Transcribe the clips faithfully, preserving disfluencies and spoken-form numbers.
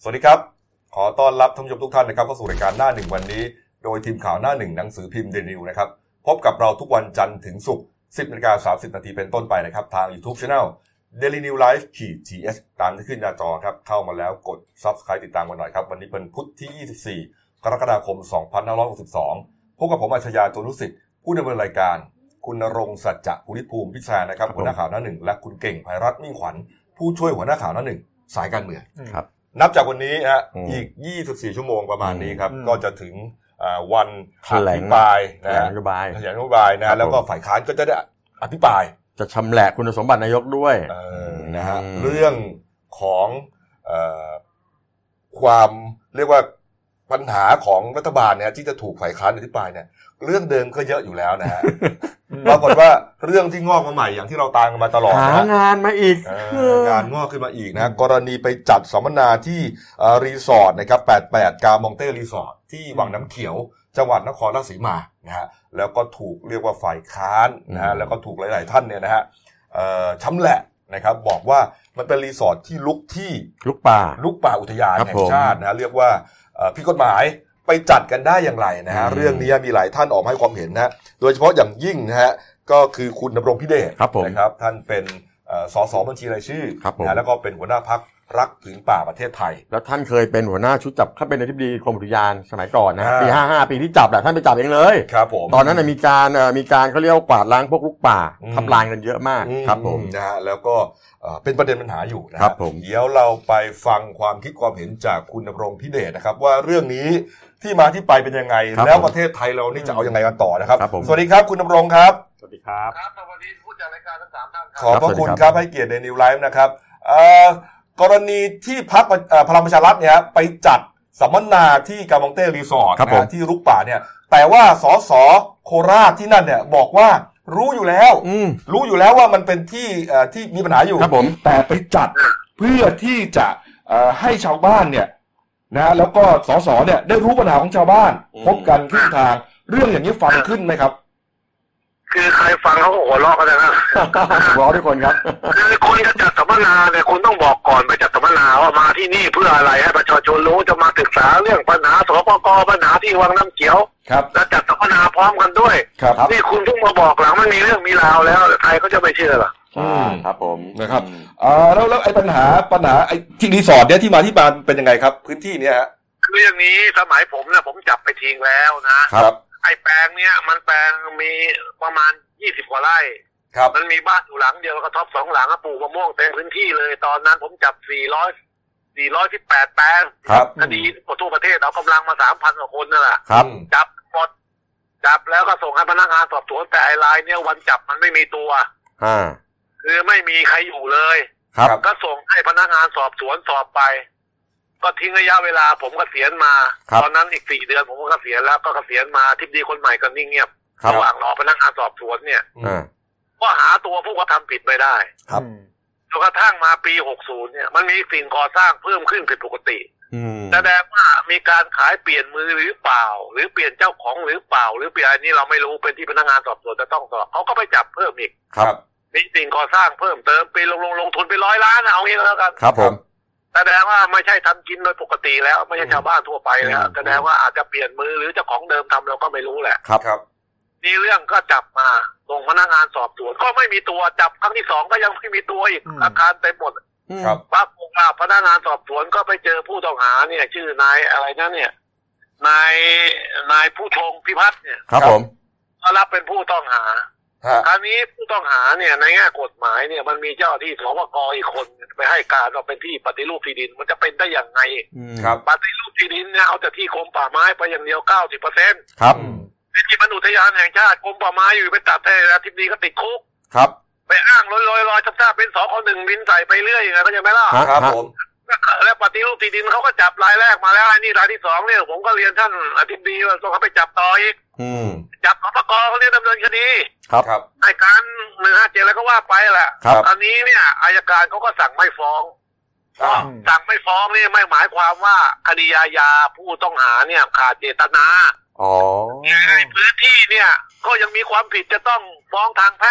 สวัสดีครับขอต้อนรับท่านผู้ชมทุกท่านนะครับเข้าสู่รายการหน้าหนึ่งวันนี้โดยทีมข่าวหน้าหนึ่งหนังสือพิมพ์ Daily News นะครับพบกับเราทุกวันจันทร์ถึงศุกร์ สิบนาฬิกาสามสิบนาทีเป็นต้นไปนะครับทาง YouTube Channel Daily News Live ที เอส ตามที่ขึ้นหน้าจอครับเข้ามาแล้วกด Subscribe ติดตามกันหน่อยครับวันนี้เป็นพุธที่ยี่สิบสี่กรกฎาคมสองพันห้าร้อยหกสิบสองพบกับผมอัจฉริยะ ตัวนุสิทธิ์ผู้ดำเนินรายการคุณณรงค์สัจจะภูริภูมิพิชานะครับหัวหน้าข่าวหน้าหนึ่งและคุณเก่งไพรัตน์มิ่งขวัญผู้ช่วยหัวหน้าข่าวหน้าหนึ่งสายการเมืองครับนับจากวันนี้ฮะอีกยี่สิบสี่ชั่วโมงประมาณนี้ครับก็จะถึงวันอภิปรายนะฮะนโยบายนโยบายนะแล้วก็ฝ่ายค้านก็จะได้อภิปรายจะชำแหละคุณสมบัตินายกด้วยเออนะฮะเรื่องของเอ่อความเรียกว่าปัญหาของรัฐบาลเนี่ยที่จะถูกฝ่ายค้านอภิปรายเนี่ยเรื่องเดิมก็เยอะอยู่แล้วนะฮะปรากฏว่าเรื่องที่งอกมาใหม่อย่างที่เราตามกันมาตลอดหางานมาอีกงานงอกขึ้นมาอีกนะกรณีไปจัดสัมมนาที่รีสอร์ทนะครับแปดสิบแปดกามองเต้รีสอร์ทที่วังน้ำเขียวจังหวัดนครราชสีมานะฮะแล้วก็ถูกเรียกว่าฝ่ายค้านนะฮะแล้วก็ถูกหลายๆท่านเนี่ยนะฮะชำแหละนะครับบอกว่ามันเป็นรีสอร์ทที่ลุกที่ลุกป่าลุกป่าอุทยานแห่งชาตินะเรียกว่าผิดกฎหมายไปจัดกันได้อย่างไรนะฮะเรื่องนี้มีหลายท่านออกมาให้ความเห็นนะโดยเฉพาะอย่างยิ่งนะฮะก็คือคุณดำรงพิเดชนะครับท่านเป็นสสบัญชีรายชื่อนะแล้วก็เป็นหัวหน้าพรรครักผืนป่าประเทศไทยแล้วท่านเคยเป็นหัวหน้าชุดจับเขาเป็นอธิบดีกรมอุทยานสมัยก่อนนะปีห้าสิบห้าปีที่จับแหละท่านไปจับเองเลยครับผมตอนนั้นมีการมีการเขาเรียกว่ากวาดล้างพวกลุกป่าทำลายกันเยอะมากครับผมนะฮะแล้วก็เป็นประเด็นปัญหาอยู่นะครับเดี๋ยวเราไปฟังความคิดความเห็นจากคุณดำรงพิเดชนะครับว่าเรื่องนี้ที่มาที่ไปเป็นยังไงแล้วประเทศไทยเรานี่จะเอายังไงกันต่อนะครับสวัสดีครับคุณดำรงครับสวัสดีครับครับสวัสดีผู้จัดรายการทั้งสามท่านครับขอบพระคุณครับให้เกียรติในนิวไลฟ์นะครับกรณีที่พรรคพลังประชารัฐเนี่ยไปจัดสัมมนาที่กามองเต้รีสอร์ทนะที่รุกป่าเนี่ยแต่ว่าสสโคราชที่นั่นเนี่ยบอกว่ารู้อยู่แล้วรู้อยู่แล้วว่ามันเป็นที่ที่มีปัญหาอยู่ครับผมแต่ไปจัดเพื่อที่จะให้ชาวบ้านเนี่ยนะแล้วก็สสเนี่ยได้รู้ปัญหาของชาวบ้านพบกันครึ่งทางเรื่องอย่างนี้ฟังขึ้นไหมครับคือใครฟังเขาก็หัวเราะกันนะหัวเราะทุกคนครับคือคนจะจัดสัมมนาเนี่ยคุณต้องบอกก่อนไปจัดสัมมนาว่ามาที่นี่เพื่ออะไรให้ประชาชนรู้จะมาศึกษาเรื่องปัญหาสปก.ปัญหาที่วังน้ำเขียวครับแล้วจัดสัมมนาพร้อมกันด้วยนี่คุณเพิ่งมาบอกหลังมันมีเรื่องมีราวแล้วใครเขาจะไม่เชื่อหรออืมครับผมนะครับอ่าแล้วแล้วไอ้ปัญหาปัญหาไอ้ที่รีสอร์ทเนี่ยที่มาที่มาเป็นยังไงครับพื้นที่เนี้ยฮะคืออย่างนี้สมัยผมเนี่ยผมจับไปทิ้งแล้วนะครับไอ้แปลงเนี้ยมันแปลงมีประมาณยี่สิบกว่าไร่ครับมันมีบ้านอยู่หลังเดียวแล้วก็ท็อปสองหลังปลูกมะม่วงเต็มพื้นที่เลยตอนนั้นผมจับสี่ร้อย สี่ร้อยสิบแปดแปลงคดีทั่วประเทศเอากำลังมา สามพัน กว่าคนนั่นแหละจับหมดจับแล้วก็ส่งให้พนักงานสอบสวนแต่ไอ้รายเนี่ยวันจับมันไม่มีตัวอ่าคือไม่มีใครอยู่เลยก็ส่งให้พนักงานสอบสวนสอบไปก็ทิ้งระยะเวลาผมก็เกษียณมาตอนนั้นอีกสี่เดือนผมก็เกษียณแล้วก็เกษียณมาทิพดีคนใหม่ก็นิ่งเงียบระหว่างรอพนักงานสอบสวนเนี่ยก็หาตัวผู้กระทำผิดไม่ได้จนกระทั่งมาปีหกสิบเนี่ยมันมีสิ่งก่อสร้างเพิ่มขึ้นผิดปกติแสดงว่ามีการขายเปลี่ยนมือหรือเปล่าหรือเปลี่ยนเจ้าของหรือเปล่าหรือเปลี่ยนอันนี้เราไม่รู้เป็นที่พนักงานสอบสวนจะต้องสอบเขาก็ไปจับเพิ่มอีกครับมีสิ่งก่อสร้างเพิ่มเติมไปลงลงลงทุนไปร้อยล้านเอางี้แล้วกันครับผมแสดงว่าไม่ใช่ทำกินโดยปกติแล้วไม่ใช่ชาวบ้านทั่วไปแล้วแสดงว่าอาจจะเปลี่ยนมือหรือเจ้าของเดิมทำเราก็ไม่รู้แหละครับครับนี่เรื่องก็จับมาส่งพนักงานสอบสวนก็ไม่มีตัวจับครั้งที่สองก็ยังไม่มีตัวอีกอาการเต็มหมดครับปรากฏว่าพนักงานสอบสวนก็ไปเจอผู้ต้องหาเนี่ยชื่อนายอะไรนั่นเนี่ยนายนายผู้ชงพิพัฒน์เนี่ยครับผมก็รับเป็นผู้ต้องหาคราวนี้ผู้ต้องหาเนี่ยในแง่กฎหมายเนี่ยมันมีเจ้าที่สปก.อีกคนไปให้การว่าเป็นที่ปฏิรูปที่ดินมันจะเป็นได้อย่างไงครับปฏิรูปที่ดินเนี่ยเอาแต่ที่กรมป่าไม้ไปอย่างเดียว เก้าสิบเปอร์เซ็นต์ครับเป็นที่อุทยานแห่งชาติกรมป่าไม้อยู่ไปตัดให้อธิบดีก็ติดคุกครับไปอ้างลอยๆลอยๆจำๆเป็นสค.หนึ่งบินใส่ไปเรื่อยอย่างเงี้ยเข้าใจไหมล่ะครับผมแล้วปฏิรูปที่ดินเขาก็จับรายแรกมาแล้วไอ้นี่รายที่สองเนี่ยผมก็เรียนท่านอธิบดีว่าต้องเขาไปจับต่ออีกจับสปก.เขาเรียกดำเนินคดีครับครับไอ้การหนึ่งห้าเจ็ดแล้วก็ว่าไปแหละอันนี้เนี่ยอัยการเขาก็สั่งไม่ฟ้องสั่งไม่ฟ้องนี่ไม่หมายความว่าคดีอาญาผู้ต้องหาเนี่ยขาดเจตนาอ๋อในพื้นที่เนี่ยก็ยังมีความผิดจะต้องฟ้องทางแพ่ง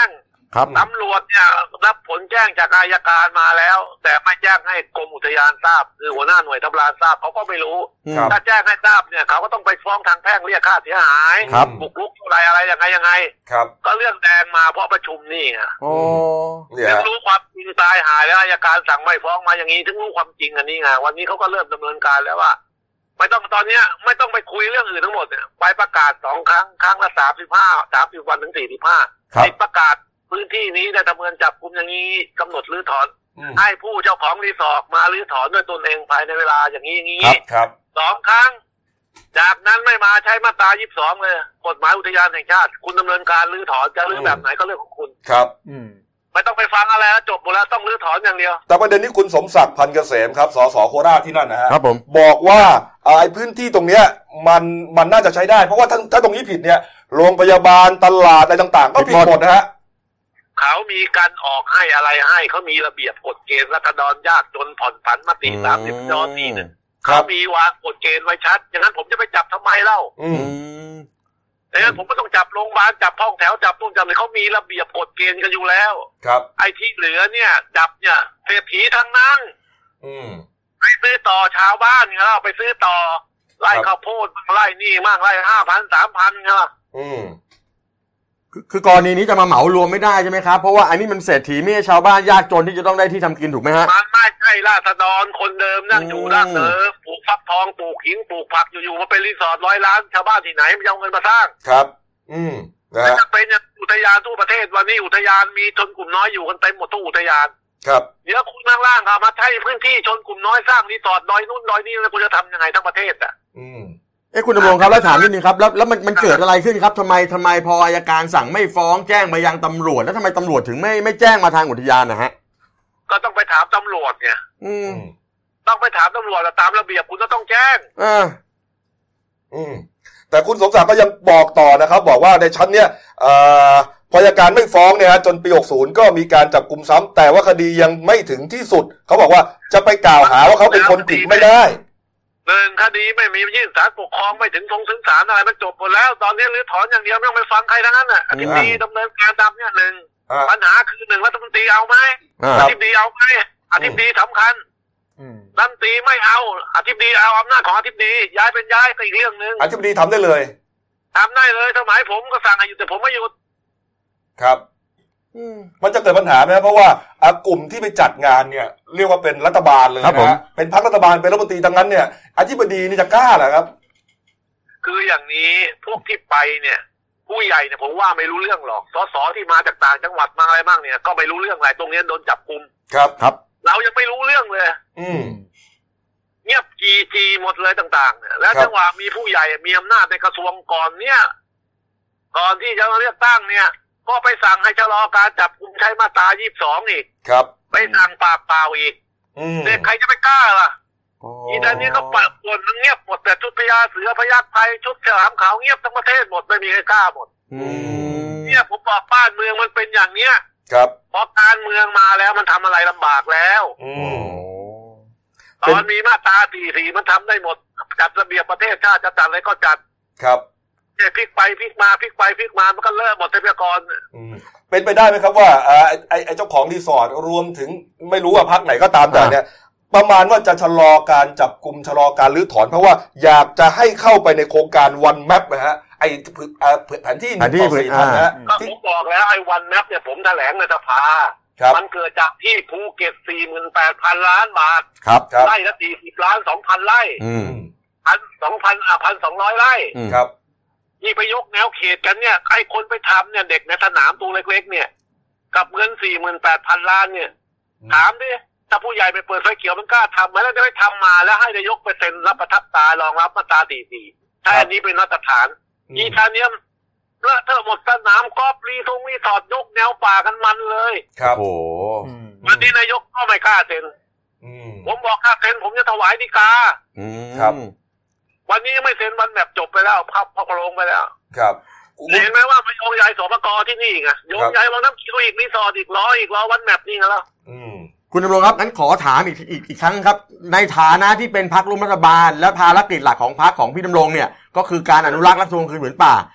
ครับตำรวจเนี่ยรับผลแจ้งจากอัยการมาแล้วแต่ไม่แจ้งให้กรมอุทยานทราบคือหัวหน้าหน่วยทำลานทราบเขาก็ไม่รู้ถ้าแจ้งให้ทราบเนี่ยเขาก็ต้องไปฟ้องทางแพ่งเรียกค่าเสียหายบุกรุกอะไรอะไรยังไงยังไงครับก็เรื่องแดงมาเพราะประชุมนี่ไงโอ้ถึงรู้ความจริงตายหายแล้วอัยการสั่งไม่ฟ้องมาอย่างนี้ถึงรู้ความจริงอันนี้ไงวันนี้เขาก็เริ่มดำเนินการแล้วว่าไม่ต้องตอนนี้ไม่ต้องไปคุยเรื่องอื่นทั้งหมดเนี่ยไปประกาศสองครั้งครั้งละสามสิบห้าสามสิบวันถึงสี่สิบห้าให้ประกาศพื้นที่นี้ได้ดำเนินจับกุมอย่างนี้กำหนดรื้อถอนให้ผู้เจ้าของรีสอร์ทมารื้อถอนด้วยตนเองภายในเวลาอย่างนี้อย่างนี้สองครั้งจากนั้นไม่มาใช้มาตรายี่สิบสองเลยกฎหมายอุทยานแห่งชาติคุณดำเนินการรื้อถอนจะรื้อแบบไหนก็เรื่องของคุณครับไม่ต้องไปฟังอะไรแล้วจบหมดแล้วต้องรื้อถอนอย่างเดียวแต่ประเด็นนี้คุณสมศักดิ์พันเกษมครับสสโคราชที่นั่นนะฮะครับผมบอกว่าไอ้พื้นที่ตรงเนี้ยมันมันน่าจะใช้ได้เพราะว่าถ้าถ้าตรงนี้ผิดเนี่ยโรงพยาบาลตลาดอะไรต่างๆก็ผิดหมดนะฮะเขามีการออกให้อะไรให้เขามีระเบียบกฎเกณฑ์รัษฎรยากจนผ่อนผันมติสามสิบยอดนี่เนี่ยเขามีวางกฎเกณฑ์ไว้ชัดอย่างนั้นผมจะไปจับทำไมเล่าดังนั้นผมก็ต้องจับโรงพยาบาลจับห้องแถวจับตู้จับเลยเขามีระเบียบกฎเกณฑ์กันอยู่แล้วครับไอ้ที่เหลือเนี่ยจับเนี่ยเศรษฐีทั้งนั้นไปซื้อต่อชาวบ้านไงเราไปซื้อต่อไล่ข้าวโพดไล่นี่มั่งไล่ห้าพันสามพันไงล่ะคือกรณีนี้จะมาเหมารวมไม่ได้ใช่ไหมครับเพราะว่าอันนี้มันเศรษฐีไม่ใช่ชาวบ้านยากจนที่จะต้องได้ที่ทำกินถูกไหมฮะมันไม่ใช่ราษฎรคนเดิมนั่งอยู่นั่งเดิมปลูกฟักทองปลูกหินปลูกผักอยู่ๆมาเป็นรีสอร์ทร้อยล้านชาวบ้านที่ไหนมันจะเอาเงินมาสร้างครับอืมนะฮะเป็นอุทยานทั่วประเทศวันนี้อุทยานมีชนกลุ่มน้อยอยู่กันเต็มหมดทุกอุทยานครับเดี๋ยวคุณข้างล่างครับมาใช้พื้นที่ชนกลุ่มน้อยสร้างรีสอร์ทน้อยนู่นน้อยนี่แล้วคุณจะทำยังไงทั้งประเทศอ่ะอืมเอ้คุณดำรงครับแล้วถามนิดนึงครับแล้วแล้วมันมันเกิดอะไรขึ้นครับทำไมทำไมพออัยการสั่งไม่ฟ้องแจ้งมายังตำรวจแล้วทำไมตำรวจถึงไม่ไม่แจ้งมาทางอุทยานนะฮะก็ต้องไปถามตำรวจเนี่ยอืมต้องไปถามตำรวจตามระเบียบคุณก็ต้องแจ้งอ่าอืมแต่คุณสมศักดิ์ก็ยังบอกต่อนะครับบอกว่าในชั้นเนี้ยเอ่อพออัยการไม่ฟ้องเนี่ยฮะจนปีหกสิบก็มีการจับกุมซ้ำแต่ว่าคดียังไม่ถึงที่สุดเขาบอกว่าจะไปกล่าวหาว่าเขาเป็นคนผิดไม่ได้หนึ่งคดีไม่มียื่นศาลปกครองไม่ถึงทงถึงศาลอะไรมันจบหมดแล้วตอนนี้รื้อถอนอย่างเดียวไม่ต้องไปฟังใครทั้งนั้นน่ะอธิบดีดำเนินการตามเนี่ยหนึ่งปัญหาคือหนึ่งรัฐมนตรีเอาไหมอธิบดีเอาไหมอธิบดีสำคัญรัฐมนตรีไม่เอาอธิบดีเอาอำนาจของอธิบดีย้ายเป็นย้ายก็อีกเรื่องนึงอธิบดีทำได้เลยทำได้เลยสมัยผมก็สั่งให้หยุดแต่ผมไม่หยุดครับมันจะเกิดปัญหาไหมเพราะว่ากลุ่มที่ไปจัดงานเนี่ยเรียกว่าเป็นรัฐบาลเลยนะเป็นพรรครัฐบาลเป็นรัฐมนตรีดังนั้นเนี่ยอธิบดีนี่จะกล้าเหรอครับคืออย่างนี้พวกที่ไปเนี่ยผู้ใหญ่เนี่ยผมว่าไม่รู้เรื่องหรอกสสที่มาจากต่างจังหวัดมาอะไรบ้างเนี่ยก็ไม่รู้เรื่องอะไรตรงนี้โดนจับกุมครับครับเรายังไม่รู้เรื่องเลยอืมเงียบจีจีหมดเลยต่างๆเนี่ยแล้วจังหวะมีผู้ใหญ่มีอำนาจในกระทรวงก่อนเนี่ยก่อนที่จะเลือกตั้งเนี่ยก็ไปสั่งให้ชะลอการจับกุมใช้มาตรายี่สิบสองอีกครับไปสั่งปากเปล่าอีกเด็กใครจะไปกล้าล่ะอีตอนนี้ก็ปะปนมันเงียบหมดแต่ชุดพญาเสือพยัคฆ์ไทยชุดฉลามขาวเงียบทั้งประเทศหมดไม่มีใครกล้าหมดเนี่ยผมบอกบ้านเมืองมันเป็นอย่างเนี้ยครับเพราะการเมืองมาแล้วมันทำอะไรลำบากแล้วตอนมีมาตราสี่สี่มันทำได้หมดจัดระเบียบประเทศชาติจะจัดอะไรก็จัดครับเนี่ยพลิกไปพลิกมาพลิกไปพลิกมามันก็เลิกหมดทรัพยากรเป็นไปได้ไหมครับว่าไอ้ไอ้เจ้าของรีสอร์ทรวมถึงไม่รู้ว่าพรรคไหนก็ตามแต่เนี่ยประมาณว่าจะชะลอการจับกุมชะลอการรื้อถอนเพราะว่าอยากจะให้เข้าไปในโครงการวันแมปนะฮะไอ้แผนที่หนึ่งต่อสี่พันนะฮะก็ผมบอกแล้วไอ้วันแมปเนี่ยผมแถลงในสภามันเกิดจากที่ภูเก็ต สี่หมื่นแปดพัน ล้านบาทไร่ละสี่สิบล้าน สองพัน ไร่พัน สองพัน อ่ะ หนึ่งพันสองร้อย ไร่ครับนี่ไปยกแนวเขตกันเนี่ยใครคนไปทำเนี่ยเด็กในสนามตัวเล็กๆเนี่ยกับเงิน สี่หมื่นแปดพัน ล้านเนี่ยถามดิถ้าผู้ใหญ่ไปเปิดไฟเขียวมันกล้าทำไหมแล้วจะไม่ทำมาแล้วให้นายกไปเซ็นรับประทับตารองรับมาตราสี่สี่ถ้าอันนี้เป็นมาตรฐานอีทาเนียมเลอะเทอะหมดสนามกอล์ฟรีทงรีสอร์ทยกแนวป่ากันมันเลยครับโอ้วันนี้นายกก็ไม่กล้าเซ็นผมบอกค่าเซ็นผมจะถวายฎีกาครับวันนี้ไม่เซ็นวันแบบจบไปแล้วพับพับลงไปแล้วครับเห็นไหมว่ามันโยงใหญ่สปกที่นี่ไงโยงใหญ่บางน้ำคิวอีกรีสอร์ทอีกล้ออีกล้อวันแบบนี้ไงแล้วคุณดำรงครับงั้นขอถามอีกอีกอีกครั้งครับในฐานะที่เป็นพรรคร่วมรัฐบาลและภารกิจหลักของพรรคของพี่ดำรงเนี่ยก็คือการอนุรักษ์และทวงคืนผืนป่า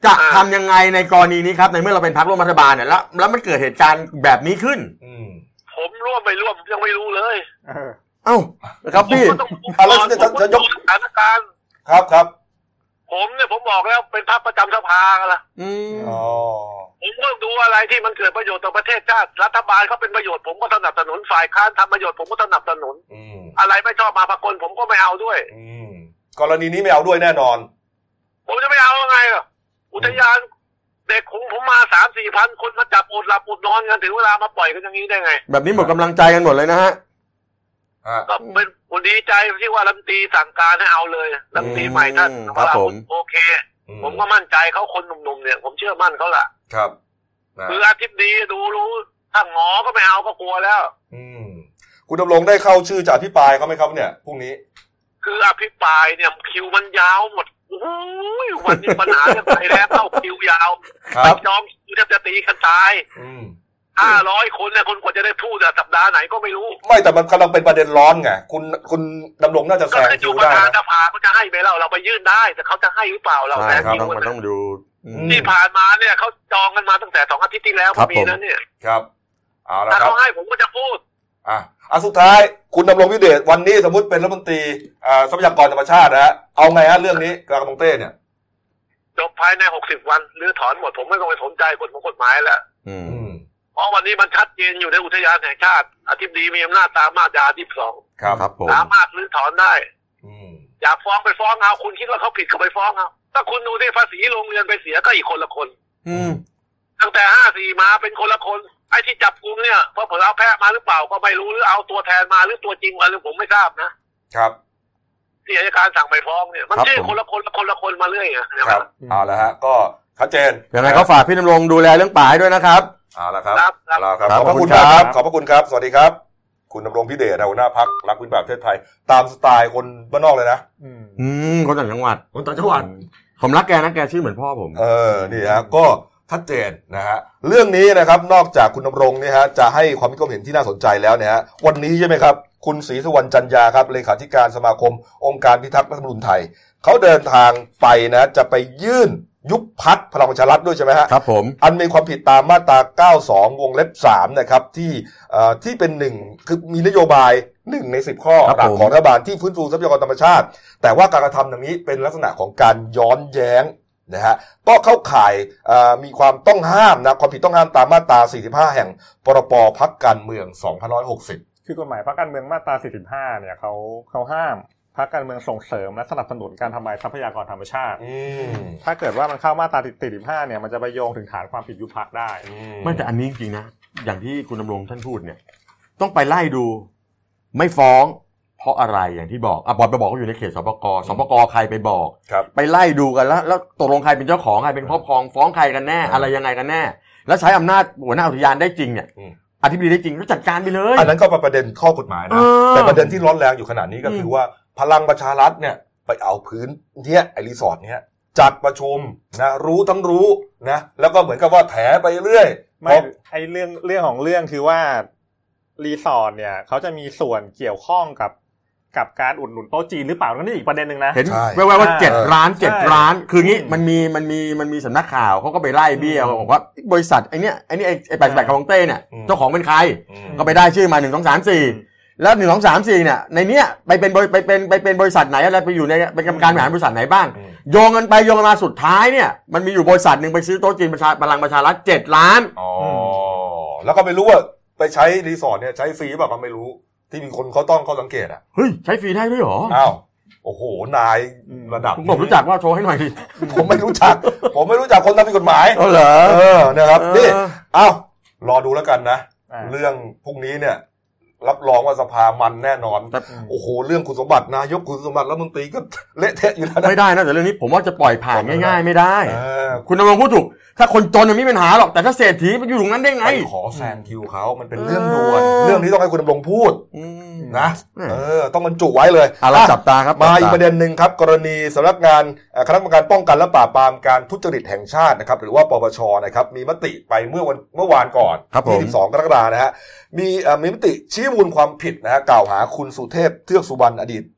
จะทำยังไงในกรณีนี้ครับในเมื่อเราเป็นพรรคร่วมรัฐบาลเนี่ยแล้วแล้วมันเกิดเหตุการณ์แบบนี้ขึ้นผมร่วมไม่ร่วมยังไม่รู้เลยเอ้าครับพี่แล้วจะจะยกสถานการณ์ครับครับผมเนี่ยผมบอกแล้วเป็นพรรคประจำสภากันละอืมอ๋อผมต้องดูอะไรที่มันเกิดประโยชน์ต่อประเทศชาติรัฐบาลเขาเป็นประโยชน์ผมก็สนับสนุนฝ่ายค้านทำประโยชน์ผมก็สนับสนุนอะไรไม่ชอบมาพากลผมก็ไม่เอาด้วยกรณีนี้ไม่เอาด้วยแน่นอนผมจะไม่เอาไงอ่ะอุทยานเด็กของผมมาสามสี่พันคนมาจับอดหลับอดนอนกันถึงเวลามาปล่อยกันอย่างนี้ได้ไงแบบนี้หมดกำลังใจกันหมดเลยนะฮะก็เป็นคนดีใจที่ว่ารัฐมนตรีสั่งการให้เอาเลยรัฐมนตรีใหม่ท่านครับผมโอเคผมก็มั่นใจเขาคนหนุ่มๆเนี่ยผมเชื่อมั่นเขาล่ะครับคืออาทิตย์ดีดูรู้ถ้าหงอก็ไม่เอาก็กลัวแล้วอืมคุณดำรงได้เข้าชื่อจะอภิปรายเขาไหมครับเนี่ยพรุ่งนี้คืออภิปรายเนี่ยคิวมันยาวหมดโอ้ยวันนี้ปัญหาเรื่องไฟแรงเข้าคิวยาวครับน้องแทบจะตีกันตายห้าร้อยคนเนี่ยคนกว่าจะได้พูดสัปดาห์ไหนก็ไม่รู้ไม่แต่มันกำลังเป็นประเด็นร้อนไงคุณคุณดำรงน่าจะแซงคิวได้นะสภาเขาจะให้ไหมเราเราไปยื่นได้แต่เขาจะให้หรือเปล่าเราแซงคิวมันต้องดูที่ผ่านมาเนี่ยเขาจองกันมาตั้งแต่สองอาทิตย์ที่แล้วปีนั้นเนี่ยครับเอาละครับถ้าเขาให้ผมก็จะพูดอ่ะอ่ะสุดท้ายคุณดำรงพิเดชวันนี้สมมติเป็นรัฐมนตรีอ่าทรัพยากรธรรมชาตินะฮะเอาไงฮะเรื่องนี้กระทรวงเต้เนี่ยจบภายในหกสิบวันหรือถอนหมดผมไม่ต้องไปสนใจกฎกฎหมายแล้วเพราะวันนี้มันชัดเจนอยู่ในอุทยานแห่งชาติอธิบดีมีอำนาจตามมาตราที่สองครับผมสามารถรื้อถอนได้อยากฟ้องไปฟ้องเอาคุณคิดว่าเขาผิดก็ไปฟ้องเอาถ้าคุณดูที่ภาษีโรงเรียนไปเสียก็อีกคนละคนตั้งแต่ห้าสี่มาเป็นคนละคนไอ้ที่จับกุมเนี่ยเพราะผมเอาแพะมาหรือเปล่าก็ไม่รู้หรือเอาตัวแทนมาหรือตัวจริงมาหรือผมไม่ทราบนะครับที่อัยการสั่งไปฟ้องเนี่ยมันชื่อคนละคนละคนละคนมาเรื่อยนะครับเอาละฮะก็ชัดเจนยังไงก็ฝากพี่ดำรงดูแลเรื่องป่าให้ด้วยนะครับเอาละครับเอาละครับขอบพระคุณครับขอบพระคุณครับสวัสดีครับคุณดำรงพิเดชหัวหน้าพรรครักพื้นป่าประเทศไทยตามสไตล์คนบ้านนอกเลยนะอืมคนต่างจังหวัดคนต่างจังหวัดผมรักแกนะแกชื่อเหมือนพ่อผมเออนี่ฮะก็ชัดเจนนะฮะเรื่องนี้นะครับนอกจากคุณดำรงเนี่ยฮะจะให้ความคิดความเห็นที่น่าสนใจแล้วเนี่ยฮะวันนี้ใช่ไหมครับคุณศรีสุวรรณจันยาครับเลขาธิการสมาคมองค์การพิทักษ์รัฐธรรมนูญไทยเขาเดินทางไปนะจะไปยื่นยุบพรรคพลังประชารัฐด้วยใช่ไหมฮะครับผมอันมีความผิดตามมาตราเก้าสิบสองวงเล็บสามนะครับที่เอ่อที่เป็นหนึ่งคือมีนโยบายหนึ่งในสิบข้อหลักของรัฐบาลที่ฟื้นฟูทรัพยากรธรรมชาติแต่ว่าการกระทำอย่างนี้เป็นลักษณะของการย้อนแย้งนะฮะก็เข้าข่ายมีความต้องห้ามนะความผิดต้องห้ามตามมาตราสี่สิบห้าแห่งพรบพรรคการเมืองสองพันห้าร้อยหกสิบคือกฎหมายพรรคการเมืองมาตราสี่สิบห้าเนี่ยเขาเขาห้ามพรรคการเมืองส่งเสริมและสนับสนุนการทำลายทรัพยากรธรรมชาติถ้าเกิดว่ามันเข้ามาตราสี่สิบห้าเนี่ยมันจะไปโยงถึงฐานความผิดยุบพรรคได้ไม่แต่อันนี้จริงๆนะอย่างที่คุณดำรงท่านพูดเนี่ยต้องไปไล่ดูไม่ฟ้องเพราะอะไรอย่างที่บอกอ่ะบอลไปบอกเขาอยู่ในเขตสปกสปกใครไปบอกไปไล่ดูกันแล้วแล้วตกลงใครเป็นเจ้าของใครเป็นครอบครองฟ้องใครกันแน่อะไรยังไงกันแน่แล้วใช้อำนาจหัวหน้าอุทยานได้จริงเนี่ยอธิบดีได้จริงก็จัดการไปเลยอันนั้นก็เป็นประเด็นข้อกฎหมายนะแต่ประเด็นที่ร้อนแรงอยู่ขนาดนี้ก็คือว่าพลังประชารัฐเนี่ยไปเอาพื้นเนี้ยไอรีสอร์ทเนี้ยจัดประชุมนะรู้ทั้งรู้นะแล้วก็เหมือนกับว่าแถไปเรื่อยไม่ไอเรื่องเรื่องของเรื่องคือว่ารีสอร์ทเนี่ยเขาจะมีส่วนเกี่ยวข้องกับกับการอุดหนุนโต๊ะจีนหรือเปล่านั่นอีกประเด็นนึงนะเห็นแว่วๆว่าเจ็ดร้านเจ็ดร้านคืองี้มันมีมันมีมันมีสำนักข่าวเขาก็ไปไล่เบี้ยบอกว่าบริษัทไอเนี้ยไอนี่ไอไอแปดสิบแปดคาร์บอนเต้เนี่ยเจ้าของเป็นใครก็ไปได้ชื่อมาหนึ่ง สอง สาม สี่แล้วหนึ่ง สอง สาม สี่เนี่ยในเนี้ยไปเป็นไปเป็นไปเป็นบริษัทไหนอะไรไปอยู่ในเป็นกรรมการบริหารบริษัทไหนบ้างโยงกันไปโยงกันมาสุดท้ายเนี่ยมันมีอยู่บริษัทนึงไปซื้อโต๊ะจีนประชาพลังประชารัฐเจ็ดล้านอ๋อแล้วก็ไม่รู้ว่าไปใช้รีสอร์ทเนี่ยใช้ฟรีหรือเปล่าก็ไม่รู้ที่มีคนเขาต้องเขาสังเกตอ่ะเฮ้ยใช้ฟรีได้ด้วยเหรออ้าวโอ้โหนายระดับผมรู้จักว่าโชว์ให้หน่อยดิผมไม่รู้จักผมไม่รู้จักคนทำผิดกฎหมายเออเหรอเออนะครับนี่เอ้ารอดูแล้วกันนะเรื่องพรุ่งนี้เนี่ยรับรองว่าสภามันแน่นอนโอ้โหเรื่องคุณสมบัตินายกคุณสมบัติรัฐมนตรีก็เละเทะอยู่แล้วนะไม่ได้นะแต่เรื่องนี้ผมว่าจะปล่อยผ่านง่ายๆไม่ได้คุณดำรงพูดถูกถ้าคนจนไม่มีปัญหาหรอกแต่ถ้าเศรษฐีมันอยู่ตรงนั้นได้ไงขอแซงคิวเขามันเป็นเรื่องด่วนเรื่องนี้ต้องให้คุณดำรงพูดนะเออต้องบรรจุไว้เลยอ่ะเราจับตาครับมาอีกประเด็นนึงครับกรณีสำนักงานคณะกรรมการป้องกันและปราบปรามการทุจริตแห่งชาตินะครับหรือว่าปปชนะครับมีมติไปเมื่อวันเมื่อวานก่อนยี่สิบสองกรกฎาคมนะฮะมีมีมติชี้มูลความผิดนะฮะกล่าวหาคุณสุเทพเทือกสุบรรณอดีต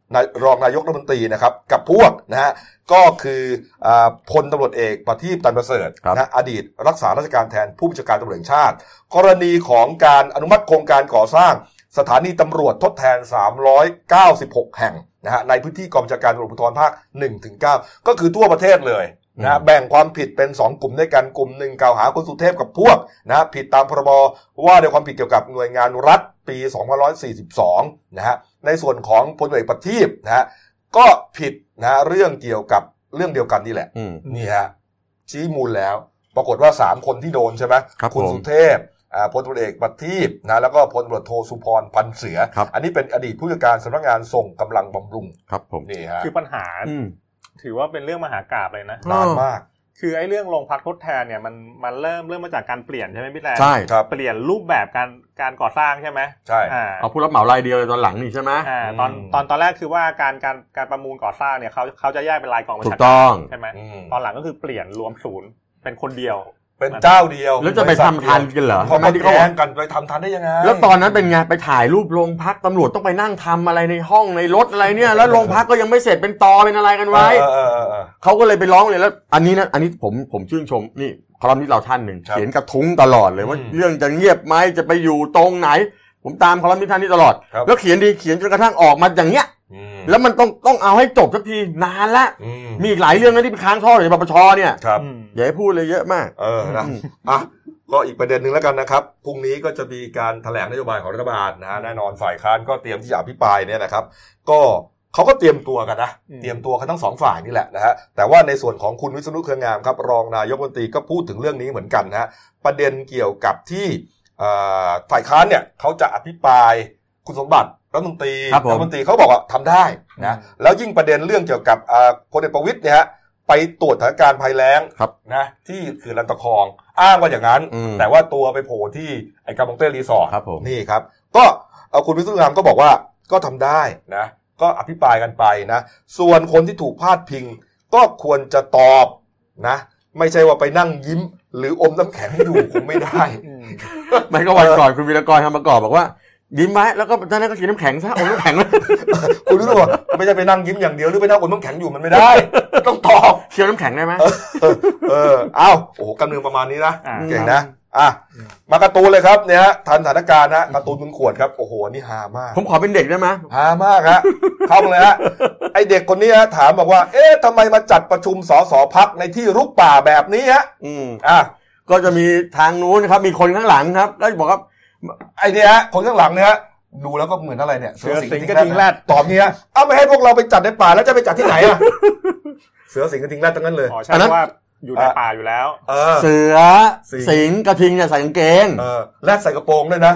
รองนายกรัฐมนตรีนะครับกับพวกนะฮะก็คือพลตำรวจเอกประทีปตันประเสริฐนะอดีตรักษาราชการแทนผู้บัญชาการตำรวจแห่งชาติกรณีของการอนุมัติโครงการก่อสร้างสถานีตำรวจทดแทนสามร้อยเก้าสิบหกแห่งนะฮะในพื้นที่กองบัญชาการตำรวจภูธรภาค หนึ่งถึงเก้า ก็คือทั่วประเทศเลยนะแบ่งความผิดเป็นสองกลุ่มด้วยกันกลุ่มหนึ่งกล่าวหาคุณสุเทพกับพวกนะผิดตามพรบว่าด้วยความผิดเกี่ยวกับหน่วยงานรัฐปีสองพันห้าร้อยสี่สิบสองนะฮะในส่วนของพลเอกประทีปนะฮะก็ผิดนะเรื่องเกี่ยวกับเรื่องเดียวกันนี่แหละนี่ฮะชี้มูลแล้วปรากฏว่าสามคนที่โดนใช่ไหม คุณสุเทพพลตำรวจเอกประทีปนะแล้วก็พลตำรวจโทสุพรพันเสืออันนี้เป็นอดีตผู้จัดการสำนักงานส่งกำลังบำรุงครับผมนี่ฮะคือปัญหาถือว่าเป็นเรื่องมหากาพย์เลยนะนานมากคือไอ้เรื่องโรงพักทดแทนเนี่ยมันมันเริ่มเริ่มมาจากการเปลี่ยนใช่ไหมพี่แลนใช่ครับเปลี่ยนรูปแบบการการก่อสร้างใช่ไหมใช่เอาผู้รับเหมารายเดียวตอนหลังนี่ใช่ไหมอ่าตอนตอนตอนแรกคือว่าการการการประมูลก่อสร้างเนี่ยเขาเขาจะแยกเป็นรายกองบัญชาการใช่ไหมตอนหลังก็คือเปลี่ยนรวมศูนย์เป็นคนเดียวเป็นเจ้าเดียวแล้วจะไปทำทันกันเหรอเขาไม่ได้แข่งกันไปทำทันได้ยังไงแล้วตอนนั้นเป็นไงไปถ่ายรูปโรงพักตำรวจต้องไปนั่งทำอะไรในห้องในรถอะไรเนี่ยแล้วโรงพักก็ยังไม่เสร็จเป็นตอเป็นอะไรกันไว้เขาก็เลยไปร้องเลยแล้วอันนี้นะอันนี้ผมผมชื่นชมนี่คอลัมนิสต์เราท่านหนึ่งเขียนกระทุ้งตลอดเลยว่าเรื่องจะเงียบไหมจะไปอยู่ตรงไหนผมตามคอลัมนิสต์ท่านนี้ตลอดแล้วเขียนดีเขียนจนกระทั่งออกมาอย่างเงี้ยแล้วมันต้องต้องเอาให้จบสักทีนานละมีอีกหลายเรื่องนะที่ไปค้างท่ออยู่ในปปชเนี่ยอย่าให้พูดเลยเยอะมากเออนะอ่ะก็อีกประเด็นหนึ่งแล้วกันนะครับพรุ่งนี้ก็จะมีการแถลงนโยบายของรัฐบาลนะฮะแน่นอนฝ่ายค้านก็เตรียมที่จะอภิปรายเนี่ยนะครับก็เขาก็เตรียมตัวกันนะเตรียมตัวกันทั้งสองฝ่ายนี่แหละนะฮะแต่ว่าในส่วนของคุณวิษณุเครืองามครับรองนายกรัฐมนตรีก็พูดถึงเรื่องนี้เหมือนกันนะฮะประเด็นเกี่ยวกับที่ฝ่ายค้านเนี่ยเขาจะอภิปรายคุณสมบัติรัฐมนตรีรัฐมนตรีเขาบอกว่าทำได้นะแล้วยิ่งประเด็นเรื่องเกี่ยวกับพลเอกประวิตรเนี่ยฮะไปตรวจสถานการณ์ภัยแล้งนะที่เขื่อนลำตะคองอ้างว่าอย่างนั้นแต่ว่าตัวไปโผล่ที่ไอ้กาบองเต้รีสอร์ทนี่ครับก็คุณวิษณุงามก็บอกว่าก็ทำได้นะก็อภิปรายกันไปนะส่วนคนที่ถูกพาดพิงก็ควรจะตอบนะไม่ใช่ว่าไปนั่งยิ้มหรืออมน้ำแข็งดูคงไม่ได้ไม่ก็วันก่อนคุณวีรกรทำประกอบบอกว่ายิ้มไว้แล้วก็ตอนนั้นก็กินน้ำแข็งซะอมน้ำแข็งเลยคุณรู้ป่ะไม่ใช่ไปนั่งยิ้มอย่างเดียวหรือไปนั่งอมน้ำแข็งอยู่มันไม่ได้ต้องตอบเคี้ยวน้ำแข็งได้ไหมเออเอ้าโอ้โหกำเนิดประมาณนี้นะเก่งนะอ่ะมาการ์ตูนเลยครับเนี่ยฮะทันสถานการณ์นะการ์ตูนมึงขวดครับโอ้โหนี่ฮามากผมขอเป็นเด็กได้ไหมฮามากฮะเข้ามาเลยฮะไอเด็กคนนี้ฮะถามบอกว่าเอ๊ะทำไมมาจัดประชุมสสพักในที่รุกป่าแบบนี้ฮะอืมอ่ะก็จะมีทางนู้นครับมีคนข้างหลังครับแล้วบอกว่าไอเนี้ยฮะคนข้างหลังเนี่ยดูแล้วก็เหมือนอะไรเนี่ยเสือสิงกระทิงแรดตอบเนี้ยเอาไม่ให้พวกเราไปจัดในป่าแล้วจะไปจัดที่ไหนอ่ะเสือสิงกระทิงแรดทั้งนั้นเลยอ๋อใช่ว่าอยู่ในป่าอยู่แล้วเสือสิงกระทิงเนี่ยใส่กางเกงแรดใส่กระโปรงด้วยนะ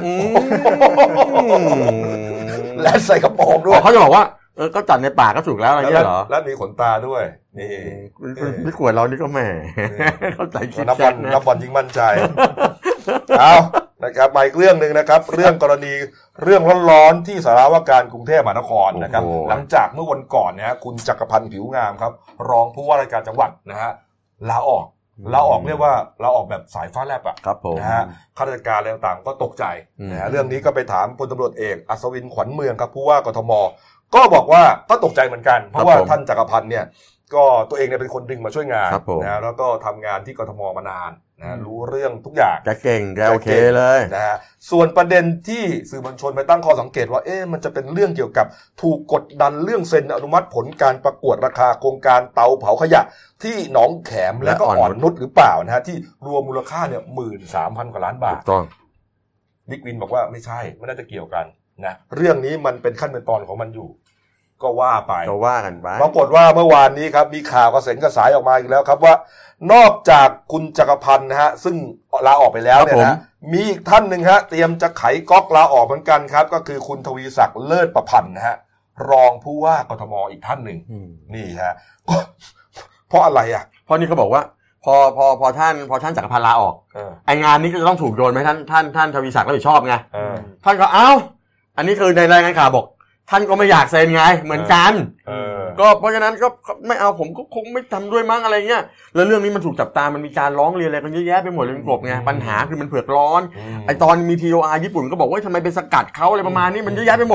แรดใส่กระโปรงด้วยเขาจะบอกว่าเออก็จัดในป่าก็ถูกแล้วอะไรเงี้ยเหรอแล้วมีขนตาด้วยนี่พี่ขวดเรานี่ก็แหมเข้าใจคิดนับบอลนับบอลยิ่งมั่นใจเอานะครับมาอีกเรื่องนึงนะครับเรื่องกรณีเรื่องร้อนๆที่สาราว่าการกรุงเทพมหานครนะครับหลังจากเมื่อวันก่อนเนี่ยคุณจักรพันธ์ผิวงามครับรองผู้ว่าราชการจังหวัดนะฮะลาออกลาออกเรียกว่าลาออกแบบสายฟ้าแลบอ่ะนะฮะข้าราชการอะไรต่างๆก็ตกใจนะฮะเรื่องนี้ก็ไปถามพลตำรวจเอกอัศวินขวัญเมืองครับผู้ว่ากทมก็บอกว่าก็ตกใจเหมือนกันเพราะว่าท่านจักรพันธ์เนี่ยก็ตัวเองเนี่ยเป็นคนดึงมาช่วยงานนะแล้วก็ทำงานที่กทมมานานนะรู้เรื่องทุกอย่างแกเก่งแกโอเคเลยนะฮะส่วนประเด็นที่สื่อมวลชนไปตั้งข้อสังเกตว่าเอ๊ะมันจะเป็นเรื่องเกี่ยวกับถูกกดดันเรื่องเซ็นอนุมัติผลการประกวดราคาโครงการเตาเผาขยะที่หนองแขมและก็อ่อนนุชหรือเปล่านะฮะที่รวมมูลค่าเนี่ย หนึ่งหมื่นสามพัน กว่าล้านบาทต้องบิ๊กวินบอกว่าไม่ใช่ไม่น่าจะเกี่ยวกันนะเรื่องนี้มันเป็นขั้นเป็นตอนของมันอยู่ก็ว่าไปก็ว่ากันไปปรากฏว่าเมื่อวานนี้ครับมีข่าวกระเซ็นกระสายออกมาอีกแล้วครับว่านอกจากคุณจักรพันธ์นะฮะซึ่งลาออกไปแล้วเนี่ยนะมีอีกท่านหนึ่งฮะเตรียมจะไขก๊อกลาออกเหมือนกันครับก็คือคุณทวีศักดิ์เลิศประพันธ์นะฮะรองผู้ว่ากทมอีกท่านหนึ่งนี่ฮะเพราะอะไรอ่ะเพราะนี่เขาบอกว่าพอพอพอท่านพอท่านจักรพันธ์ลาออกไองานนี้ก็จะต้องถูกโยนไปท่านท่านท่านทวีศักดิ์รับผิดชอบไงท่านก็เอ้าอันนี้คือในรายงานข่าวบอกท่านก็ไม่อยากเซ็นไงเหมือนกันก็เพราะฉะนั้นก็ไม่เอาผมก็คงไม่ทำด้วยมั้งอะไรเงี้ยแล้วเรื่องนี้มันถูกจับตามันมีการร้องเรียนอะไรกันเยอะแยะไปหมดเลยกบไงปัญหาคือมันเผือกร้อนไอตอนมี ที โอ อาร์ ญี่ปุ่นก็บอกว่าทำไมไปสกัดเขาอะไรประมาณนี้มันเยอะแยะไปหมด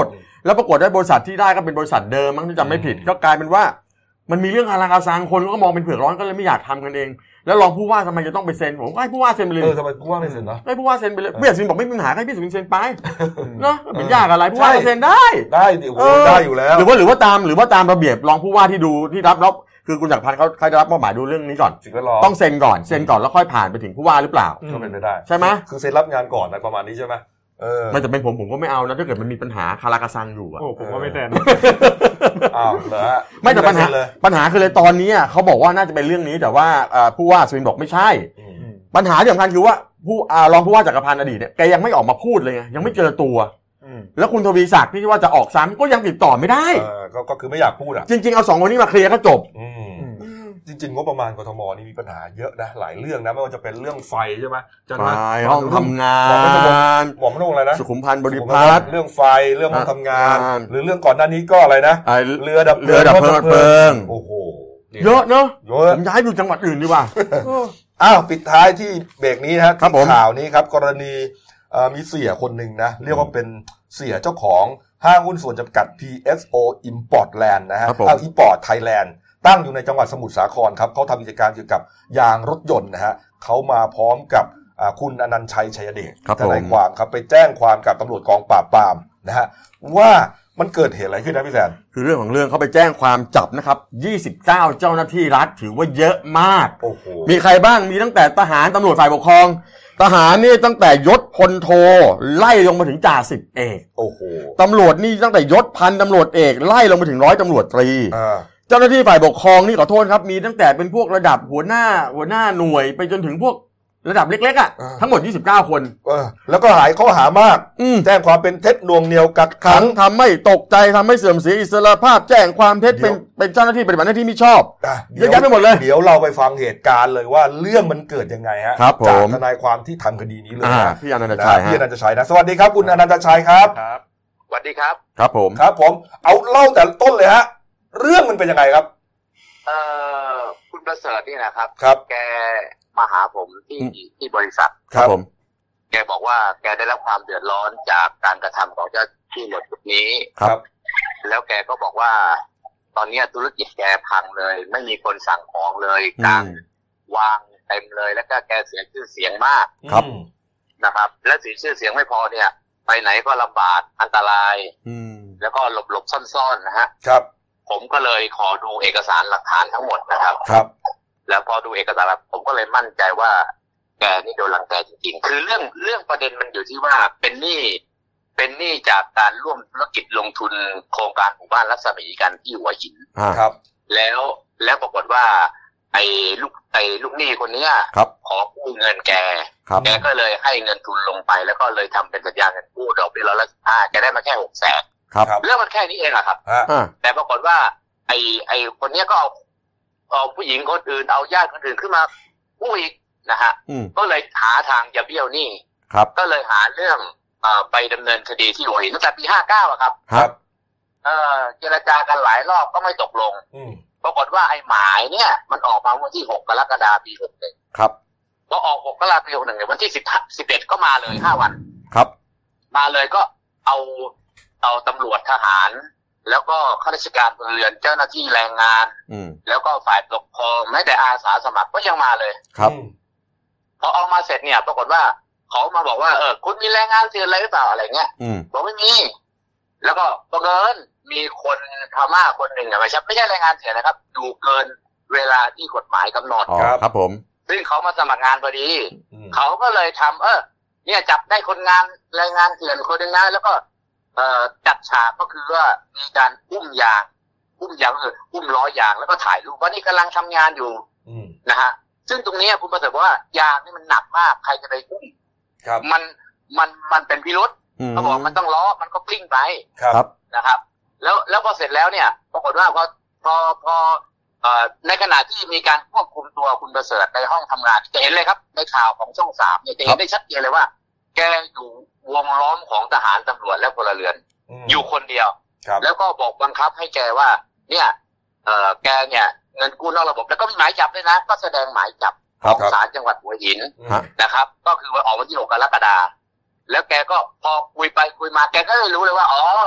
แล้วปรากฏว่าบริษัทที่ได้ก็เป็นบริษัทเดิมมั้งที่จำไม่ผิดก็กลายเป็นว่ามันมีเรื่องคาราคาซังคนก็มองเป็นเผือกร้อนก็เลยไม่อยากทำกันเองแล้วรองผู้ว่าทำไมจะต้องไปเซ็นผมก็ให้ผู้ว่าเซ็นไปเลยเออทำไมผู้ว่าไม่เซ็นเนาะให้ผู้ว่าเซ็นไปเลยพี่สุวินบอกไม่มีปัญหาให้พี่สุวินเซ็นไปเนาะเป็นยากอะไรผู้ว่าเซ็นได้ได้ดิโอ้ได้อยู่แล้วหรือว่าหรือว่าตามหรือว่าตามระเบียบรองผู้ว่าที่ดูที่รับรับคือคุณจักรพันธ์เขาเขาจะรับมอบหมายดูเรื่องนี้ก่อนต้องเซ็นก่อนเซ็นก่อนแล้วค่อยผ่านไปถึงผู้ว่าหรือเปล่าก็เป็นไปได้ใช่ไหมคือเซ็นรับงานก่อนอะไรประมาณนี้ใช่ไหมเออไม่แต่เป็นผมผมก็ไม่เอานะถ้าเกิดมันมีปัญหาคาราคาซังอยู่อ่ะโอ้ผมก็ไม่เซ็นอ้าวเหรอไม่แต่ปัญหาปัญหาคือเลยตอนนี้เขาบอกว่าน่าจะเป็นเรื่องนี้แต่ว่าผู้ว่าสุวินบอกไม่ใช่ปัญหาที่สำคัญคือว่าผู้รองผู้ว่าจักรพันธ์อดีตเนี่ยแกยังไม่ออกมาพูดเลยไงยังไม่เจอตัวแล้วคุณทวีศักดิ์ที่ว่าจะออกซ้ำก็ยังติดต่อไม่ได้ก็คือไม่อยากพูดอ่ะจริงๆเอาสองคนนี้มาเคลียร์ก็จบจริงๆงบประมาณกทมนี่มีปัญหาเยอะนะหลายเรื่องนะไม่ว่าจะเป็นเรื่องไฟใช่ไหมจะมาห้องทำงานบอกไม่ต้องอะไรนะสุขุมพันธ์บริพัตรเรื่องไฟเรื่องห้องทำงานหรือเรื่องก่อนหน้านี้ก็อะไรนะเรือดับเรือดับเพลิงโอ้โหเยอะเนอะผมย้ายอยู่จังหวัดอื่นดีกว่าอ้าวปิดท้ายที่เบรกนี้นะที่ข่าวนี้ครับกรณีมีเสี่ยคนหนึ่งนะเรียกว่าเป็นเสี่ยเจ้าของห้างหุ้นส่วนจำกัด พี เอส โอ Importland นะฮะเอา Import Thailandตั้งอยู่ในจังหวัดสมุทรสาครครับเขาทำกิจการเกี่ยวกับยางรถยนต์นะฮะเขามาพร้อมกับคุณอนันต์ชัยชัยเดชทนายความครับไปแจ้งความกับตำรวจกองปราบปรามนะฮะว่ามันเกิดเหตุอะไรขึ้นนะพี่แซนคือเรื่องของเรื่องเขาไปแจ้งความจับนะครับยี่สิบเก้าเจ้าหน้าที่รัฐถือว่าเยอะมากโอ้โหมีใครบ้างมีตั้งแต่ทหารตำรวจฝ่ายปกครองทหารนี่ตั้งแต่ยศพลโทไล่ลงมาถึงจ่าสิบเอกโอ้โหตำรวจนี่ตั้งแต่ยศพันตำรวจเอกไล่ลงมาถึงร้อยตำรวจตรีเจ้าหน้าที่ฝ่ายปกครองนี่ขอโทษครับมีตั้งแต่เป็นพวกระดับหัวหน้าหัวหน้าหน่วยไปจนถึงพวกระดับเล็กๆอ่ะทั้งหมดยี่สิบเก้าคนเออแล้วก็หลายข้อหามากแจ้งความเป็นเท็จน่วงเหนี่ยวกักขังทำไม่ตกใจทำให้เสื่อมเสียอิสรภาพแจ้งความเท็จเป็นเป็นเจ้าหน้าที่ปฏิบัติหน้าที่ไม่ชอบเยอะแยะไปหมดเลยเดี๋ยวเราไปฟังเหตุการณ์เลยว่าเรื่องมันเกิดยังไงฮะจากทนายความที่ทำคดีนี้เลยนะพี่อนันตชัยพี่อนันตชัยนะสวัสดีครับคุณอนันตชัยครับสวัสดีครับครับผมครับผมเอาเล่าแต่ต้นเลยฮะเรื่องมันเป็นยังไงครับเอ่อคุณประเสริฐนี่นะครับครับแกมาหาผมที่ที่บริษัทครับผมแกบอกว่าแกได้รับความเดือดร้อนจากการกระทำของเจ้าที่หน่วยชุดนี้ครับแล้วแกก็บอกว่าตอนนี้ธุรกิจแกพังเลยไม่มีคนสั่งของเลยการวางเต็มเลยแล้วก็แกเสียชื่อเสียงมากครับนะครับและเสียชื่อเสียงไม่พอเนี่ยไปไหนก็ลำบากอันตรายแล้วก็หลบหลบซ่อนๆนะฮะครับผมก็เลยขอดูเอกสารหลักฐานทั้งหมดนะครับครับแล้วพอดูเอกสารผมก็เลยมั่นใจว่าแกนี่โดนรังแกจริงๆคือเรื่องเรื่องประเด็นมันอยู่ที่ว่าเป็นหนี้เป็นหนี้จากการร่วมธุรกิจลงทุนโครงการหมู่บ้านรัศมีกันที่หัวหินครับแล้วแล้วปรากฏว่าไอ้ลูกไอ้ลูกหนี้คนนี้ขอกู้เงินแกแกก็เลยให้เงินทุนลงไปแล้วก็เลยทำเป็นสัญญาเงินกู้ดอกเบี้ยร้อยละสิบห้าแกได้มาแค่หกแสนเรื่องมันแค่นี้เองอะครับแต่ปรากฏว่าไอ้ไอ้คนนี้ก็เอาเอาผู้หญิงคนอื่นเอาญาติคนอื่นขึ้นมากู้อีกนะฮะก็เลยหาทางจะเบี้ยวหนี้ก็เลยหาเรื่องเอ่อไปดำเนินคดีที่หัวหินตั้งแต่ปีห้าเก้าอะครับครับเอ่อเจรจากันหลายรอบก็ไม่ตกลงปรากฏว่าไอ้หมายเนี่ยมันออกมาวันที่หกกรกฎาคมปีหกหนึ่งครับพอออกหกกรกฎาคมปีหกหนึ่งเนี่ยวันที่สิบ สิบเอ็ดก็มาเลยห้าวันครับมาเลยก็เอาเอาตำรวจทหารแล้วก็ข้าราชการพลเรือนเจ้าหน้าที่แรงงานแล้วก็ฝ่ายปกครองแม้แต่อาสาสมัครก็ยังมาเลยครับพอเอามาเสร็จเนี่ยปรากฏว่าเขามาบอกว่าเออคุณมีแรงงานเถื่อนอะไรหรือเปล่าอะไรเงี้ยบอกไม่มีแล้วก็บังเอิญมีคนพม่าคนหนึ่งอะไม่ใช่ไม่ใช่แรงงานเถื่อนนะครับอยู่เกินเวลาที่กฎหมายกำหนดครับผมซึ่งเขามาสมัครงานพอดีเขาก็เลยทำเออเนี่ยจับได้คนงานแรงงานเถื่อนคนหนึ่งนะแล้วก็เอ่อจัดฉากก็คือว่ามีการอุ้มยางอุ้มยางก็คืออุ้มล้อยางแล้วก็ถ่ายรูปว่านี่กำลังทำงานอยู่นะฮะซึ่งตรงนี้คุณประเสริฐว่ายางนี่มันหนักมากใครจะไปอุ้มมันมันมันเป็นพิรุษเขาบอกมันต้องล้อมันก็กลิ้งไปครับนะครับแล้วแล้วพอเสร็จแล้วเนี่ยปรากฏว่าพอพอพอเอ่อในขณะที่มีการควบคุมตัวคุณประเสริฐในห้องทำงานจะเห็นเลยครับในข่าวของช่องสามเนี่ยจะเห็นได้ชัดเจนเลยว่าแกอยู่วงล้อมของทหารตำรวจและพลเรือนอยู่คนเดียวแล้วก็บอกบังคับให้แกว่าเนี่ยเอ่อแกเนี่ยเงินกู้นอกระบบแล้วก็มีหมายจับด้วยนะก็แสดงหมายจับของศาลจังหวัดหัวหินนะครับก็คือว่าออกวันที่หกกรกฎาคมแล้วแกก็พอคุยไปคุยมาแกก็เลยรู้เลยว่าอ๋อ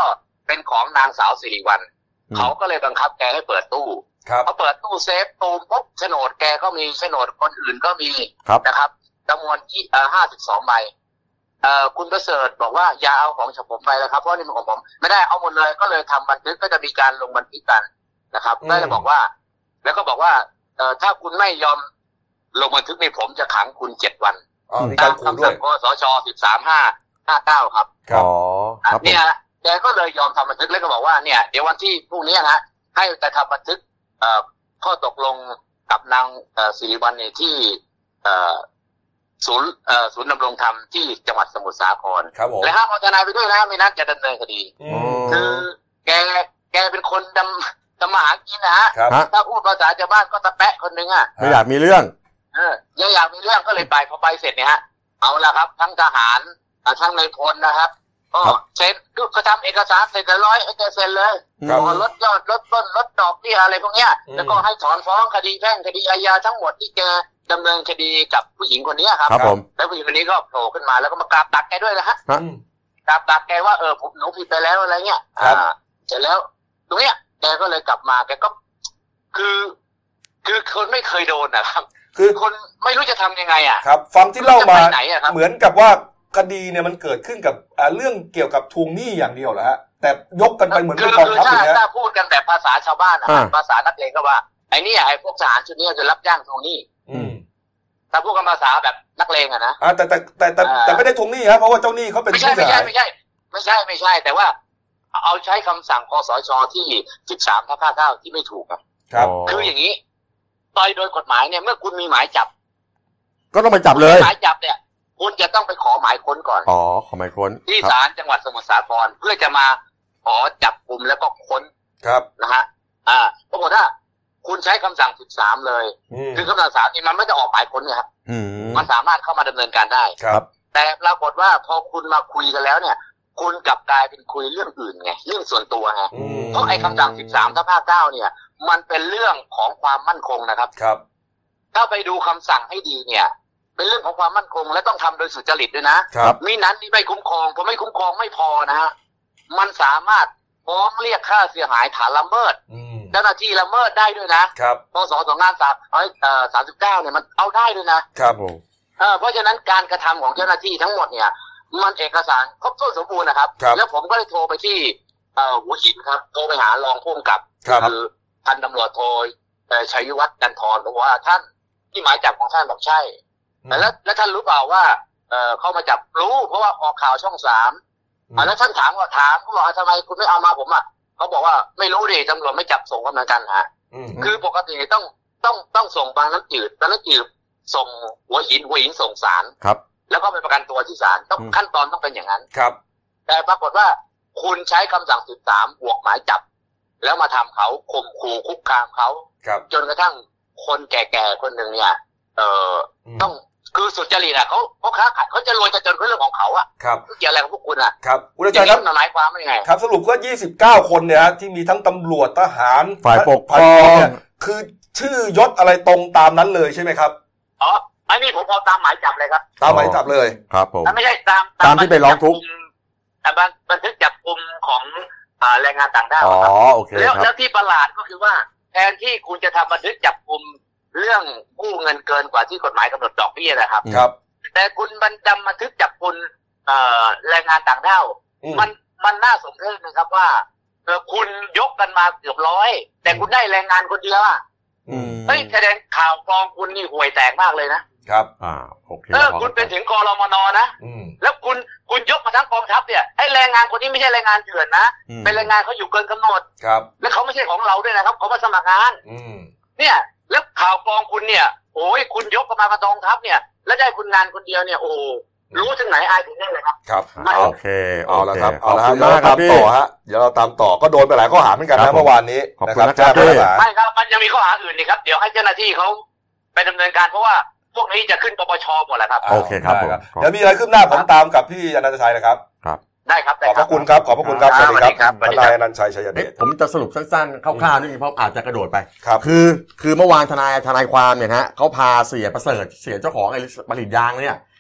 เป็นของนางสาวสิริวัลย์เขาก็เลยบังคับแกให้เปิดตู้เขาเปิดตู้เซฟตูมปุ๊บโฉนดแกก็มีโฉนดคนอื่นก็มีนะครับจำนวนที่ห้าสิบสองใบเอ่อคุณประเสริฐบอกว่าอย่าเอาของฉันผมไปแล้วครับเพราะนี่เป็นของผมไม่ได้เอาหมดเลยก็เลยทำบันทึกก็จะมีการลงบันทึกกันนะครับก็จะบอกว่าแล้วก็บอกว่าเอ่อถ้าคุณไม่ยอมลงบันทึกในผมจะขังคุณเจ็ดวันตามคำสั่งคสชสิบสามห้าห้าเก้าครับอ๋อเนี่ยแกก็เลยยอมทำบันทึกแล้วก็บอกว่าเนี่ยเดี๋ยววันที่พรุ่งนี้นะให้จะทำบันทึกเอ่อข้อตกลงกับนางสิริวัลย์เนี่ยที่เอ่อศูนย์เอ่อศูนย์ดำรงธรรมที่จังหวัดสมุทรสาครและห้ามเอาทนายไปด้วยนะไม่นั้นจะดำเนินคดีคือแกแกเป็นคนดำดำมาหากินนะฮะถ้าพูดภาษาชาวบ้านก็ตะแปะคนนึงอ่ะไม่อยากมีเรื่องเออยังอยากมีเรื่องก็เลยไปพอไปเสร็จเนี่ยฮะเอาละครับทั้งทหารทั้งนายพลนะครับก็เซ็นก็ทำเอกสารเสร็จเรียบร้อยให้แกเซ็นเลยลดยอดลดต้นลดดอกที่อะไรพวกเนี้ยแล้วก็ให้ถอนฟ้องคดีแพ่งคดีอาญาทั้งหมดที่แกดำเนินคดีกับผู้หญิงคนนี้ครับแล้วผู้หญิงคนนี้ก็โผล่ขึ้นมาแล้วก็มากราบตักแกด้วยนะฮะกราบตักแกว่าเออผมหนูผิดไปแล้วอะไรเงี้ยอ่าเสร็จแล้วตรงเนี้ยแกก็เลยกลับมาแกก็คือคือคนไม่เคยโดนนะครับคือคนไม่รู้จะทำยังไงอ่ะครับฟังที่เล่ามาเหมือนกับว่าคดีเนี่ยมันเกิดขึ้นกับเรื่องเกี่ยวกับทวงหนี้อย่างเดียวเหรอฮะแต่ยกกันไปเหมือนเป็นกองทัพอย่างเงี้ยถ้าพูดกันแบบภาษาชาวบ้านนะภาษานักเลงก็ว่าไอ้นี่ไอ้พวกทหารชุดนี้จะรับจ้างทวงหนี้ถ้าพูดกันภาษาแบบนักเลงอะนะแต่แต่แต่แต่แต่ไม่ได้ทวงหนี้ครับเพราะว่าเจ้าหนี้เขาเป็นไม่ใช่ไม่ใช่ไม่ใช่ไม่ใช่ไม่ใช่แต่ว่าเอาใช้คำสั่งคสชที่สิบสามทับห้าเก้าที่ไม่ถูกครับครับคืออย่างนี้โดยโดยกฎหมายเนี่ยเมื่อคุณมีหมายจับก็ต้องไปจับเลยหมายจับเนี่ยคุณจะต้องไปขอหมายค้นก่อนอ๋อขอหมายค้นที่ศาลจังหวัดสมุทรสาครเพื่อจะมาขอจับกุมแล้วก็ค้นครับนะฮะอ่าปรากฏว่าคุณใช้คำสั่งสิบสามเลยคือคำสั่งสามนี่มันไม่ได้ออกหมายค้นไงครับมันสามารถเข้ามาดำเนินการได้ครับแต่ปรากฏว่าพอคุณมาคุยกันแล้วเนี่ยคุณกลับกลายเป็นคุยเรื่องอื่นไงเรื่องส่วนตัวไงเพราะไอ้คำสั่งสิบสามทับห้าเก้าเนี่ยมันเป็นเรื่องของความมั่นคงนะครับครับถ้าไปดูคำสั่งให้ดีเนี่ยเป็นเรื่องของความมั่นคงและต้องทำโดยสุจริตด้วยนะครับมินั้นนี่ไม่คุ้มครองพอไม่คุ้มครองไม่พอนะฮะมันสามารถฟ้องเรียกค่าเสียหายฐานละเมิดเจ้าหน้าที่ละเมิดได้ด้วยนะครับพศสองพันสามร้อยสามสิบเก้าเนี่ยมันเอาได้ด้วยนะครับผมเออเพราะฉะนั้นการกระทำของเจ้าหน้าที่ทั้งหมดเนี่ยมันเอกสารครบถ้วนสมบูรณ์นะครับแล้วผมก็ได้โทรไปที่หัวหินครับโทรไปหารองผู้กำกับคือพันตำรวจโทชัยวัฒน์จันทร์บอกว่าท่านที่หมายจับของท่านบอกใช่แล้วแล้วท่านรู้เปล่าว่าเอ่อเข้ามาจับรู้เพราะว่าออกข่าวช่องสามแล้วท่านถามว่าถามเขาบอกทำไมคุณไม่เอามาผมอ่ะเขาบอกว่าไม่รู้ดิตำรวจไม่จับส่งกำนันกันฮะคือปกติต้องต้องต้องส่งบางน้ำจืดบางน้ำจืดส่งหัวหินหัวหินส่งศาลครับแล้วก็ไปประกันตัวที่ศาลต้องขั้นตอนต้องเป็นอย่างนั้นครับแต่ปรากฏว่าคุณใช้คำสั่งสิบสามบวกหมายจับแล้วมาทำเขาข่มขู่คุกคามเขาจนกระทั่งคนแก่ๆคนหนึ่งเนี่ยเอ่อต้องคือสุจริตอ่ะเขาเขาค้าขายเขาจะรวยจะจนเรื่องของเขาอ่ะครับเกี่ยวอะไรกับพวกคุณอ่ะครับคุณอาจารย์ครับหมายความว่ายังไงครับสรุปก็ยี่สิบเก้าคนเนี่ยที่มีทั้งตำรวจทหารฝ่ายปกครองคือชื่อยศอะไรตรงตามนั้นเลยใช่ไหมครับอ๋ออันนี้ผมเอาตามหมายจับเลยครับตามหมายจับเลยครับผมไม่ใช่ตามตามที่ไปร้องทุกข์แต่บันทึกจับกุมของแรงงานต่างด้าวอ๋อโอเคแล้วแล้วที่ประหลาดก็คือว่าแทนที่คุณจะทำบันทึกจับกุมเรื่องกู้เงินเกินกว่าที่กฎหมายกำหนดดอกเบี้ยนะครับครับแต่คุณบันจำบันทึกจับกุมแรงงานต่างด้าวมันมันน่าสมเพชนะครับว่าคุณยกกันมาเกือบร้อยแต่คุณได้แรงงานคนเดียวอ่ะเฮ้ยแสดงข่าวกรองคุณนี่ห่วยแตกมากเลยนะครับอ่าโอเคเออคุณเป็นถึงกรมนนะแล้วคุณคุณยกมาทั้งกองทัพเนี่ยให้แรงงานคนนี้ไม่ใช่แรงงานเถื่อนนะเป็นแรงงานเขาอยู่เกินกำหนดครับแล้วเขาไม่ใช่ของเราด้วยนะครับเขามาสมัครงานเนี่ยแล้วข่าวกรองคุณเนี่ยโอ้ยคุณยกมากระกองทัพเนี่ยแล้วได้คุณงานคนเดียวเนี่ยโอ้รู้ถึงไหนอายถึงนั่นเลยครับครับโอเคเอาละครับเอาละครับเดี๋ยวเราตามต่อฮะเดี๋ยวเราตามต่อก็โดนไปหลายข้อหาเหมือนกันนะเมื่อวานนี้นะครับไม่ครับมันยังมีข้อหาอื่นนี่ครับเดี๋ยวให้เจ้าหน้าที่เขาไปดำเนินการเพราะว่าพวกนี้จะขึ้นปปชหมดแหละครับโอเคครับเดี๋ยวมีอะไรขึ้นหน้าผมตามกับพี่อนันตชัยนะครับครับได้ครับขอบพระคุณครับขอบพระคุณครับสวัสดีครับทนายอนันตชัยชัยเดชผมจะสรุปสั้นๆคร่าวๆนี่เพราะอาจจะกระโดดไปครับคือคือเมื่อวานทนายทนายความเนี่ยฮะเขาพาเสียประเสริฐเสียเจ้าของไอ้ผลิตยางเนี่ย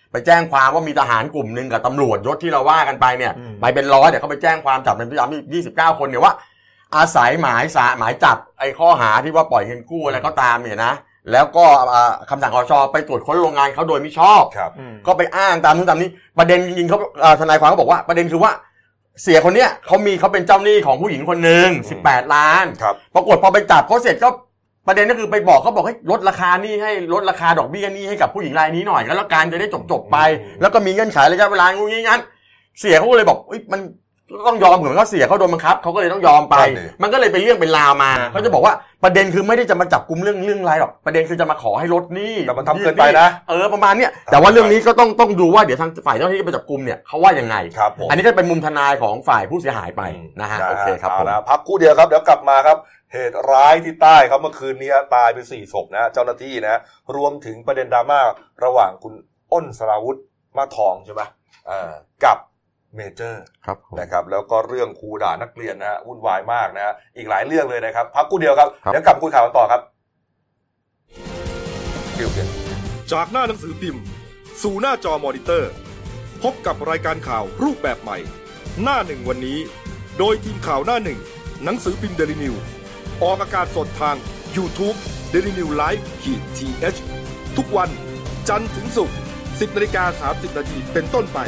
ไปแจ้งความว่ามีทหารกลุ่มหนึ่งกับตำรวจยศที่เราว่ากันไปเนี่ยไปเป็นร้อยเดี๋ยวเขาไปแจ้งความจับเป็นพยานยี่สิบเก้าคนเนี่ยว่าอาศัยหมายสาหมายจับไอ้ข้อหาที่ว่าปล่อยเงินกู้อะไรก็ตามเนี่ยนะแล้วก็คำสั่งคช.ไปตรวจค้นโรงงานเขาโดยมิชอบก็ไปอ้างตามนู้นตามนี้ประเด็นจริงๆเขาทนายความเขาบอกว่าประเด็นคือว่าเสียคนเนี้ยเขามีเขาเป็นเจ้าหนี้ของผู้หญิงคนหนึ่งสิบแปดล้านปรากฏพอไปจับเขาเสร็จก็ประเด็นก็คือไปบอกเขาบอกให้ลดราคานี่ให้ลดราคาดอกเบี้ยนี่ให้กับผู้หญิงรายนี้หน่อยแล้วแล้วการจะได้จบๆไปแล้วก็มีเงื่อนไขระยะเวลางูงี้งั้นเสียเขาก็เลยบอกมันต้องยอมเหมือนเขาเสียเขาโดนบังคับเขาก็เลยต้องยอมไปมันก็เลยเป็นเรื่องเป็นราวมาเขาจะบอกว่าประเด็นคือไม่ได้จะมาจับกุมเรื่องเรื่องอะไรหรอกประเด็นคือจะมาขอให้ลดหนี้แต่มันทำเกินไปนะเออประมาณเนี้ยแต่ว่าเรื่องนี้ก็ต้องต้องดูว่าเดี๋ยวทางฝ่ายเจ้าหน้าที่ไปจับกุมเนี่ยเขาว่ายังไงอันนี้ก็เป็นมุมทนายของฝ่ายผู้เสียหายไปนะฮะโอเคครับผมพักคู่เดียวครับเดี๋ยวกลับมาครับเหตุร้ายที่ใต้ครับเมื่อคืนนี้ตายไปสี่ศพนะเจ้าหน้าที่นะรวมถึงประเด็นดราม่าระหว่างคุณอ้นสราวุธมาทองใช่ไหมอ่ากับเมเจอร์นะครับแล้วก็เรื่องครูด่านักเรียนนะฮะวุ่นวายมากนะฮะอีกหลายเรื่องเลยนะครับพักคู่เดียวครับเดี๋ยวกลับมาคุยข่าวกันต่อครับจากหน้าหนังสือพิมพ์สู่หน้าจอมอนิเตอร์พบกับรายการข่าวรูปแบบใหม่หน้าหนึ่งวันนี้โดยทีมข่าวหน้าหนึ่งหนังสือพิมพ์เดลินิวออกอากาศสดทาง YouTube Dailynews Live ทีเอช ทุกวันจันทร์ถึงศุกร์ สิบนาฬิกาสามสิบนาทีเป็นต้นไป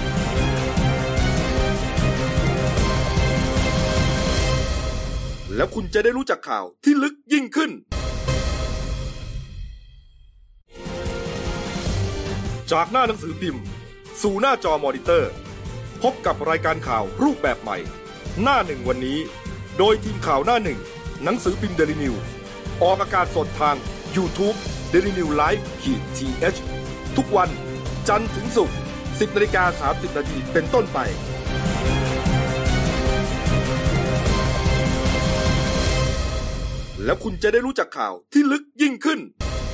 แล้วคุณจะได้รู้จักข่าวที่ลึกยิ่งขึ้นจากหน้าหนังสือพิมพ์สู่หน้าจอมอนิเตอร์พบกับรายการข่าวรูปแบบใหม่หน้าหนึ่งวันนี้โดยทีมข่าวหน้าหนึ่งหนังสือพิมพ์ Daily News ออกอากาศสดทาง YouTube Dailynews Live ทีเอช ทุกวันจันทร์ถึงศุกร์ สิบนาฬิกาสามสิบนาทีเป็นต้นไปแล้วคุณจะได้รู้จักข่าวที่ลึกยิ่งขึ้น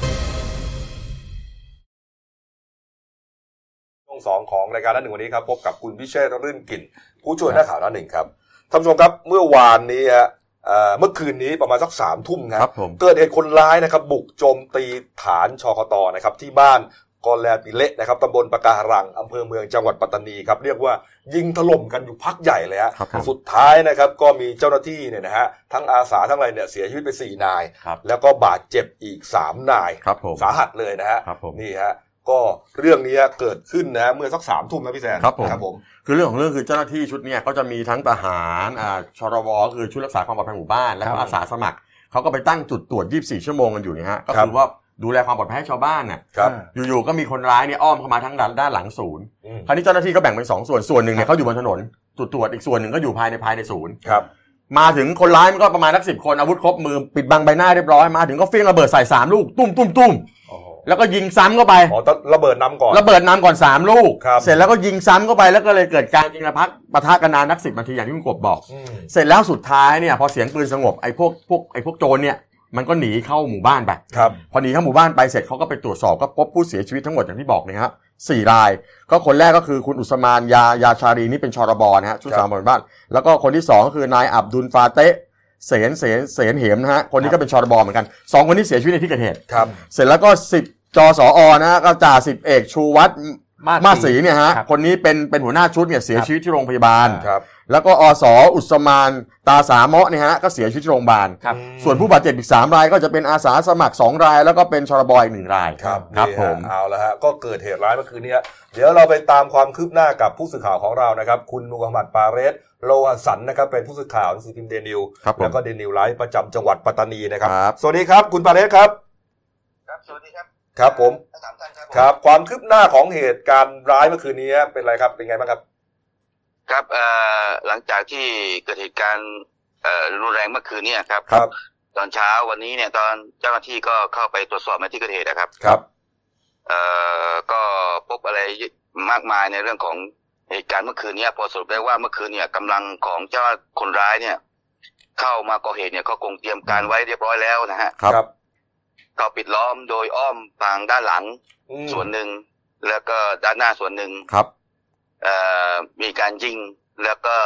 ช่วงสองของรายการหน้าหนึ่งวันนี้ครับพบกับคุณพิเชษฐ์รื่นกลิ่นผู้ช่วยหน้าข่าวหน้าหนึ่งครับท่านผู้ชมครับเมื่อวานนี้ฮะเมื่อคืนนี้ประมาณสักสามทุ่มครับเกิดเหตุคนร้ายนะครับบุกโจมตีฐานชคตนะครับที่บ้านกอแลปิเละนะครับตำบลปะการังอำเภอเมืองจังหวัดปัตตานีครับเรียกว่ายิงถล่มกันอยู่พักใหญ่เลยฮะสุดท้ายนะครับก็มีเจ้าหน้าที่เนี่ยนะฮะทั้งอาสาทั้งอะไรเนี่ยเสียชีวิตไปสี่นายแล้วก็บาดเจ็บอีกสามนายสาหัสเลยนะฮะนี่ฮะก็เรื่องนี้เกิดขึ้นนะเมื่อสักสามทุ่มนะพี่แซนครับผมครับผมคือเรื่องของเรื่องคือเจ้าหน้าที่ชุดนี้ก็จะมีทั้งทหารอ่าชรวคือชุดรักษาความปลอดภัยหมู่บ้านและก็อาสาสมัครเขาก็ไปตั้งจุดตรวจยี่สิบสี่ชั่วโมงกันอยู่นี่ฮะก็คือว่าดูแลความปลอดภัยให้ชาวบ้านน่ะอยู่ๆก็มีคนร้ายเนี่ยอ้อมเข้ามาทั้งด้านหลังศูนย์คราวนี้เจ้าหน้าที่ก็แบ่งเป็นสองส่วนส่วนหนึ่งเนี่ยเขาอยู่บนถนนจุดตรวจอีกส่วนหนึ่งก็อยู่ภายในภายในศูนย์มาถึงคนร้ายมันก็ประมาณนักสิบคนอาวุธครบมือปิดบังใบหน้าเรียบร้อยมาถึงก็เฟี้ยงระเบิดใส่สามลูกตุ้มตุ้มตุ้มแล้วก็ยิงซ้ำเข้าไปอ๋อระเบิดนำก่อนระเบิดนำก่อนสามลูกเสร็จแล้วก็ยิงซ้ำเข้าไปแล้วก็เลยเกิดการยิงระพักปะทะกันนานนักสิบนาทีอย่างที่คุณกบบอกเสร็จแล้วสุดท้ายเนี่ยพอเสียงปืนสงบไอ้พวกพวกไอ้พวกโจรเนี่ยมันก็หนีเข้าหมู่บ้านไปพอหนีเข้าหมู่บ้านไปเสร็จเขาก็ไปตรวจสอบก็พบผู้เสียชีวิตทั้งหมดอย่างที่บอกเนี่ยครับสี่รายก็คนแรกก็คือคุณอุสมานยายาชารีนี่เป็นชรบนะฮะชุดสามหมู่บ้านแล้วก็คนที่สองก็คือนายอับดุลฟาเตะเสนเสนเสนเหมนะฮะคนนี้ก็เป็นชรบเหมือนกันสองคนที่เสียชีวิตในที่เกิดเหตุเสร็จแล้วก็สิบจสอนะฮะก็จ่าสิบเอกชูวัฒน์มาศรีเนี่ยฮะคนนี้เป็นเป็นหัวหน้าชุดเนี่ยเสียชีวิตที่โรงพยาบาลแล้วก็อสอุสมานตาสาเมาะเนี่ยฮะก็เสียชีวิตที่โรงพยาบาลส่วนผู้บาดเจ็บอีกสามรายก็จะเป็นอาสาสมัครสองรายแล้วก็เป็นชรบอีกหนึ่งรายครับครับผมเอาละฮะก็เกิดเหตุร้ายเมื่อคืนนี้เดี๋ยวเราไปตามความคืบหน้ากับผู้สื่อข่าวของเรานะครับคุณมูฮัมหมัดปาเรสโลหะสันนะครับเป็นผู้สื่อข่าวหนังสือพิมพ์เดนิวแล้วก็เดนิวไลฟ์ประจำจังหวัดปัตตานีนะครับสวัสดีครับคุณปาเรสครับครับสวัสดีครับครับผมครับความคืบหน้าของเหตุการณ์ร้ายเมื่อคืนนี้เป็นไรครับเป็นไงบ้างครับครับเอ่อหลังจากที่เกิดเหตุการณ์เอ่อรุนแรงเมื่อคืนนี้ครับครับตอนเช้าวันนี้เนี่ยตอนเจ้าหน้าที่ก็เข้าไปตรวจสอบในที่เกิดเหตุนะครับครับเอ่อก็พบอะไรมากมายในเรื่องของเหตุการณ์เมื่อคืนนี้พอสรุปได้ว่าเมื่อคืนเนี่ยกำลังของเจ้าคนร้ายเนี่ยเข้ามาก่อเหตุเนี่ยเขาคงเตรียมการไว้เรียบร้อยแล้วนะฮะครับเขาปิดล้อมโดยอ้อมทางด้านหลังส่วนหนึ่งแล้วก็ด้านหน้าส่วนหนึ่งครับเอ่อมีการยิงแล้วก็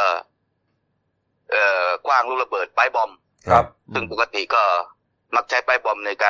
เอ่อคว้างลูกระเบิดไปบอมครับซึ่งปกติก็มักใช้ไปบอมในการ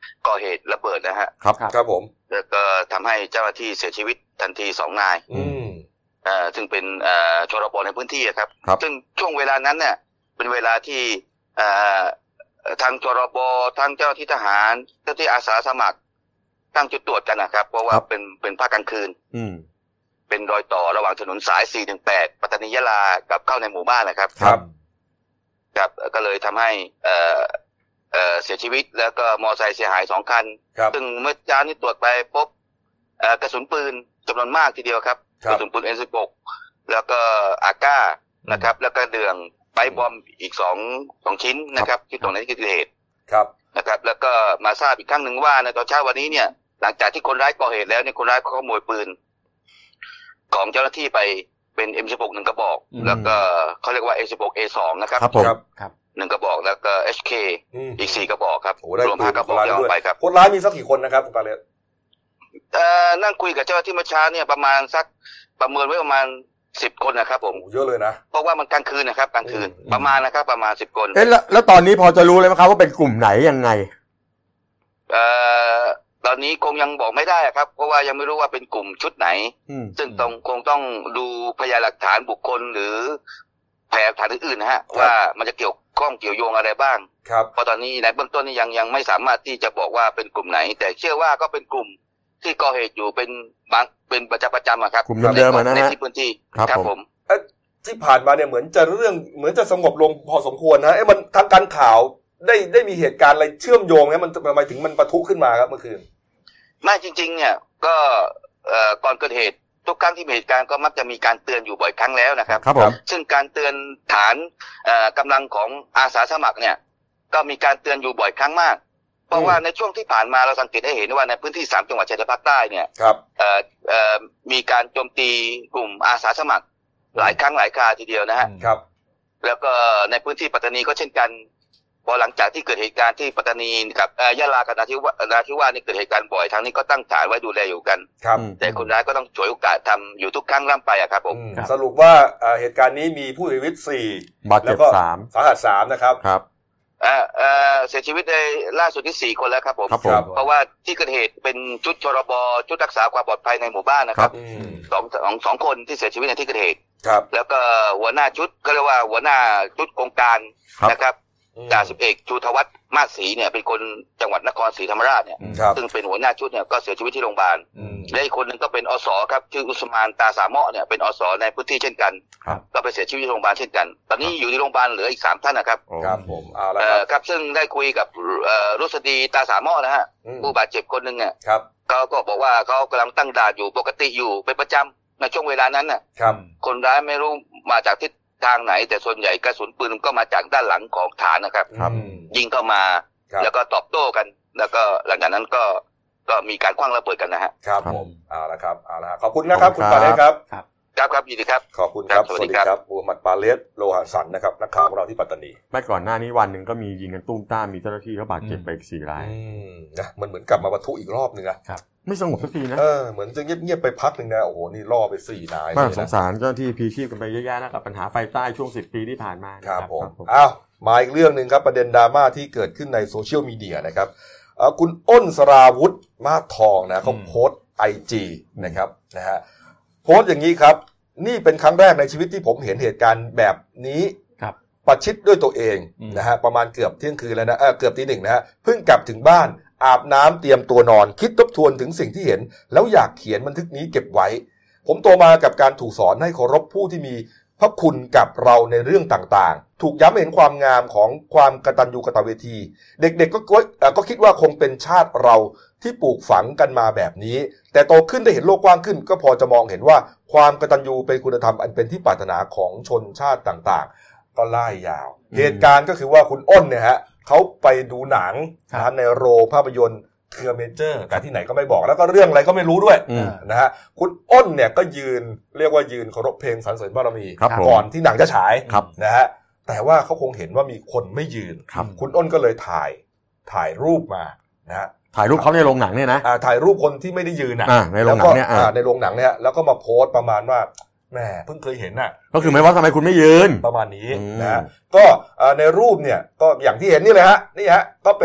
ก่อเหตุระเบิดนะฮะครับครับผมแล้วก็ทำให้เจ้าหน้าที่เสียชีวิตทันทีสองนายอืมเอ่อซึ่งเป็นเอ่อชรบในพื้นที่ครับซึ่งช่วงเวลานั้นเนี่ยเป็นเวลาที่เอ่อทางชรบทางเจ้าหน้าที่ทหารเจ้าหน้าที่อาสาสมัครตั้งจุดตรวจกันนะครับเพราะว่าเป็นเป็นภาคกลางคืนอืมเป็นรอยต่อระหว่างถนนสายสี่หนึ่งแปดปัตตานียะลากับเข้าในหมู่บ้านนะครับครับครับก็เลยทำให้เอ่อเอ่อเสียชีวิตแล้วก็มอเตอร์ไซค์เสียหายสองคันซึ่งเมื่อเช้านี้ตรวจไปพบเอ่อกระสุนปืนจำนวนมากทีเดียวครับกระสุนปืน เอ็ม สิบหก แล้วก็อาก้านะครับแล้วก็เดืองไปบอมอีกสองสองชิ้นนะครับที่ตรงนั้นที่เกิดเหตุครับนะครับแล้วก็มาทราบอีกครั้งหนึ่งว่าในตอนเช้าวันนี้เนี่ยหลังจากที่คนร้ายก่อเหตุแล้วเนี่ยคนร้ายก็ขโมยปืนของเจ้าหน้าที่ไปเป็น เอ็ม สิบหก หนึ่งกระบอกแล้วก็เขาเรียกว่า เอ็ม สิบหก เอ สอง นะครับครับผมครับหนึ่งกระบอกแล้วก็ เอช เค อีกสี่กระบอกครับรวมห้ากระบอกเอาไปครับคนร้ายมีสักกี่คนนะครับคุณปาเลศเอ่อนั่งคุยกับเจ้าหน้าที่เมื่อเช้าเนี่ยประมาณสักประเมินไว้ประมาณสิบคนนะครับผมเยอะเลยนะเพราะว่ามันกลางคืนนะครับกลางคืนประมาณนะครับประมาณสิบคนเอ๊ะแล้วแล้วตอนนี้พอจะรู้เลยไหมครับว่าเป็นกลุ่มไหนยังไงเอ่อตอนนี้คงยังบอกไม่ได้ครับเพราะว่ายังไม่รู้ว่าเป็นกลุ่มชุดไหนซึ่งต้องคงต้องดูพยานหลักฐานบุคคลหรือพยานหลักฐานอื่นๆนะฮะว่ามันจะเกี่ยวข้องเกี่ยวโยงอะไรบ้างครับเพราะตอนนี้ในเบื้องต้นนี่ยังยังไม่สามารถที่จะบอกว่าเป็นกลุ่มไหนแต่เชื่อว่าก็เป็นกลุ่มที่ก่อเหตุอยู่เป็นบางเป็นประจำประจำอะครับกลุ่มเดิมๆนะฮะในที่พื้นที่ครับผมที่ผ่านมาเนี่ยเหมือนจะเรื่องเหมือนจะสงบลงพอสมควรนะเอ๊ะมันทางการข่าวได้ได้มีเหตุการณ์อะไรเชื่อมโยงเนี่ยมันทำไมถึงมันปะทุขึ้นมาครับเมื่อคืนไม่จริงๆเนี่ยก็เอ่อก่อนเกิดเหตุทุกครั้งที่มีเหตุการณ์ก็มักจะมีการเตือนอยู่บ่อยครั้งแล้วนะครับครับผมซึ่งการเตือนฐานเอ่อกำลังของอาสาสมัครเนี่ยก็มีการเตือนอยู่บ่อยครั้งมากเพราะว่าในช่วงที่ผ่านมาเราสังเกตได้เห็นว่าในพื้นที่สามจังหวัดชายแดนภาคใต้เนี่ยครับเอ่อเอ่อมีการโจมตีกลุ่มอาสาสมัครหลายครั้งหลายคราทีเดียวนะฮะครับแล้วก็ในพื้นที่ปัตตานีก็เช่นกันพอหลังจากที่เกิดเหตุการณ์ที่ปัตตานีกับยะลากับนราธิวาสนราธิวาสนี่เกิดเหตุการณ์บ่อยทางนี้ก็ตั้งฐานไว้ดูแลอยู่กันครับแต่คนร้ายก็ต้องฉวยโอกาสทำอยู่ทุกครั้งล่ำไปอะครับผมสรุปว่าเหตุการณ์นี้มีผู้เสียชีวิตสี่บาดเจ็บสามสาหัสสามนะครับครับเอ่อเอ่อเสียชีวิตในล่าสุดที่สี่คนแล้วครับผมเพราะว่าที่เกิดเหตุเป็นชุดชรบชุดรักษาความปลอดภัยในหมู่บ้านนะครับสองสองสองคนที่เสียชีวิตในที่เกิดเหตุครับแล้วก็หัวหน้าชุดก็เรียกว่าหัวหน้าชุดโครงการนะครับจ่าสิบเอกชูทวัฒน์มาศรีเนี่ยเป็นคนจังหวัดนครศรีธรรมราชเนี่ยซึ่งเป็นหัวหน้าชุดเนี่ยก็เสียชีวิตที่โรงพยาบาลและอีกคนนึงก็เป็นอสครับชื่ออุสมานตาสามะเนี่ยเป็นอสในพื้นที่เช่นกันก็ไปเสียชีวิตที่โรงพยาบาลเช่นกันตอนนี้อยู่ที่โรงพยาบาลเหลืออีกสามท่านนะครับครับผมเอาละครับซึ่งได้คุยกับรุษดีตาสามะนะฮะผู้บาดเจ็บคนนึงเนี่ยเขาก็บอกว่าเขากำลังตั้งด่านอยู่ปกติอยู่เป็นประจำในช่วงเวลานั้นน่ะคนร้ายไม่รู้มาจากทิศทางไหนแต่ส่วนใหญ่กระสุนปืนก็มาจากด้านหลังของฐานนะครับยิงเข้ามาแล้วก็ตอบโต้กันแล้วก็หลังจากนั้นก็ก็มีการคว้างระเบิดกันนะฮะครับผมเอาละครับเอาละขอบคุณนะครับคุณปาเลศครับครับครับครับยินดีครับขอบคุณครับสวัสดีครับมูฮัมหมัดปาเลศโลหะสันนะครับนักข่าวของเราที่ปัตตานีไม่ก่อนหน้านี้วันหนึ่งก็มียิงกันตุ้มต้ามมีเจ้าหน้าที่เขาบาดเจ็บไปอีกสี่รายนะมันเหมือนกลับมาปะทุอีกรอบนึงนะครับไม่สงบสักทีนะเออเหมือนจะเงียบๆไปพักนึงนะโอ้โหนี่ล่อไปสี่นายน่าสงสารเจ้าหน้าที่พีชีพกันไปเยอะแยะนะกับปัญหาไฟใต้ช่วงสิบปีที่ผ่านมาครับผมอ้าวมาอีกเรื่องนึงครับประเด็นดราม่าที่เกิดขึ้นในโซเชียลมีเดียนะครับคุณอ้นสราวุธมาศทองนะเขาโพสต์ ไอ จี นะครับนะฮะโพสต์อย่างนี้ครับนี่เป็นครั้งแรกในชีวิตที่ผมเห็นเหตุการณ์แบบนี้ประชิดด้วยตัวเองนะฮะประมาณเกือบเที่ยงคืนแล้วนะเออเกือบตีหนึ่งนะฮะเพิ่งกลับถึงบ้านอาบน้ำเตรียมตัวนอนคิดทบทวนถึงสิ่งที่เห็นแล้วอยากเขียนบันทึกนี้เก็บไว้ผมโตมากับการถูกสอนให้เคารพผู้ที่มีพระคุณกับเราในเรื่องต่างๆถูกย้ำเห็นความงามของความกตัญญูกตเวทีเด็กๆ ก็ก็คิดว่าคงเป็นชาติเราที่ปลูกฝังกันมาแบบนี้แต่โตขึ้นได้เห็นโลกกว้างขึ้นก็พอจะมองเห็นว่าความกตัญญูเป็นคุณธรรมอันเป็นที่ปรารถนาของชนชาติต่างๆก็ไล่ยาวเหตุการณ์ก็คือว่าคุณอ้นเนี่ยฮะเขาไปดูหนังนะในโรงภาพยนตร์เครือเมเจอร์แต่ที่ไหนก็ไม่บอกแล้วก็เรื่องอะไรก็ไม่รู้ด้วยนะฮะคุณอ้นเนี่ยก็ยืนเรียกว่ายืนเคารพเพลงสรรเสริญบารมีก่อนที่หนังจะฉายนะฮะแต่ว่าเขาคงเห็นว่ามีคนไม่ยืนคุณอ้นก็เลยถ่ายถ่ายรูปมานะฮะถ่ายรูปเขาในโรงหนังเนี่ยนะถ่ายรูปคนที่ไม่ได้ยืนอ่ะในโรงหนังเนี่ยในโรงหนังเนี่ยแล้วก็มาโพสต์ประมาณว่าแหมเพิ่งเคยเห็นน่ะก็คือไม่ว่าทำไมคุณไม่ยืนประมาณนี้นะฮะก็ในรูปเนี่ยก็อย่างที่เห็นนี่เลยฮะนี่ฮะก็เป็น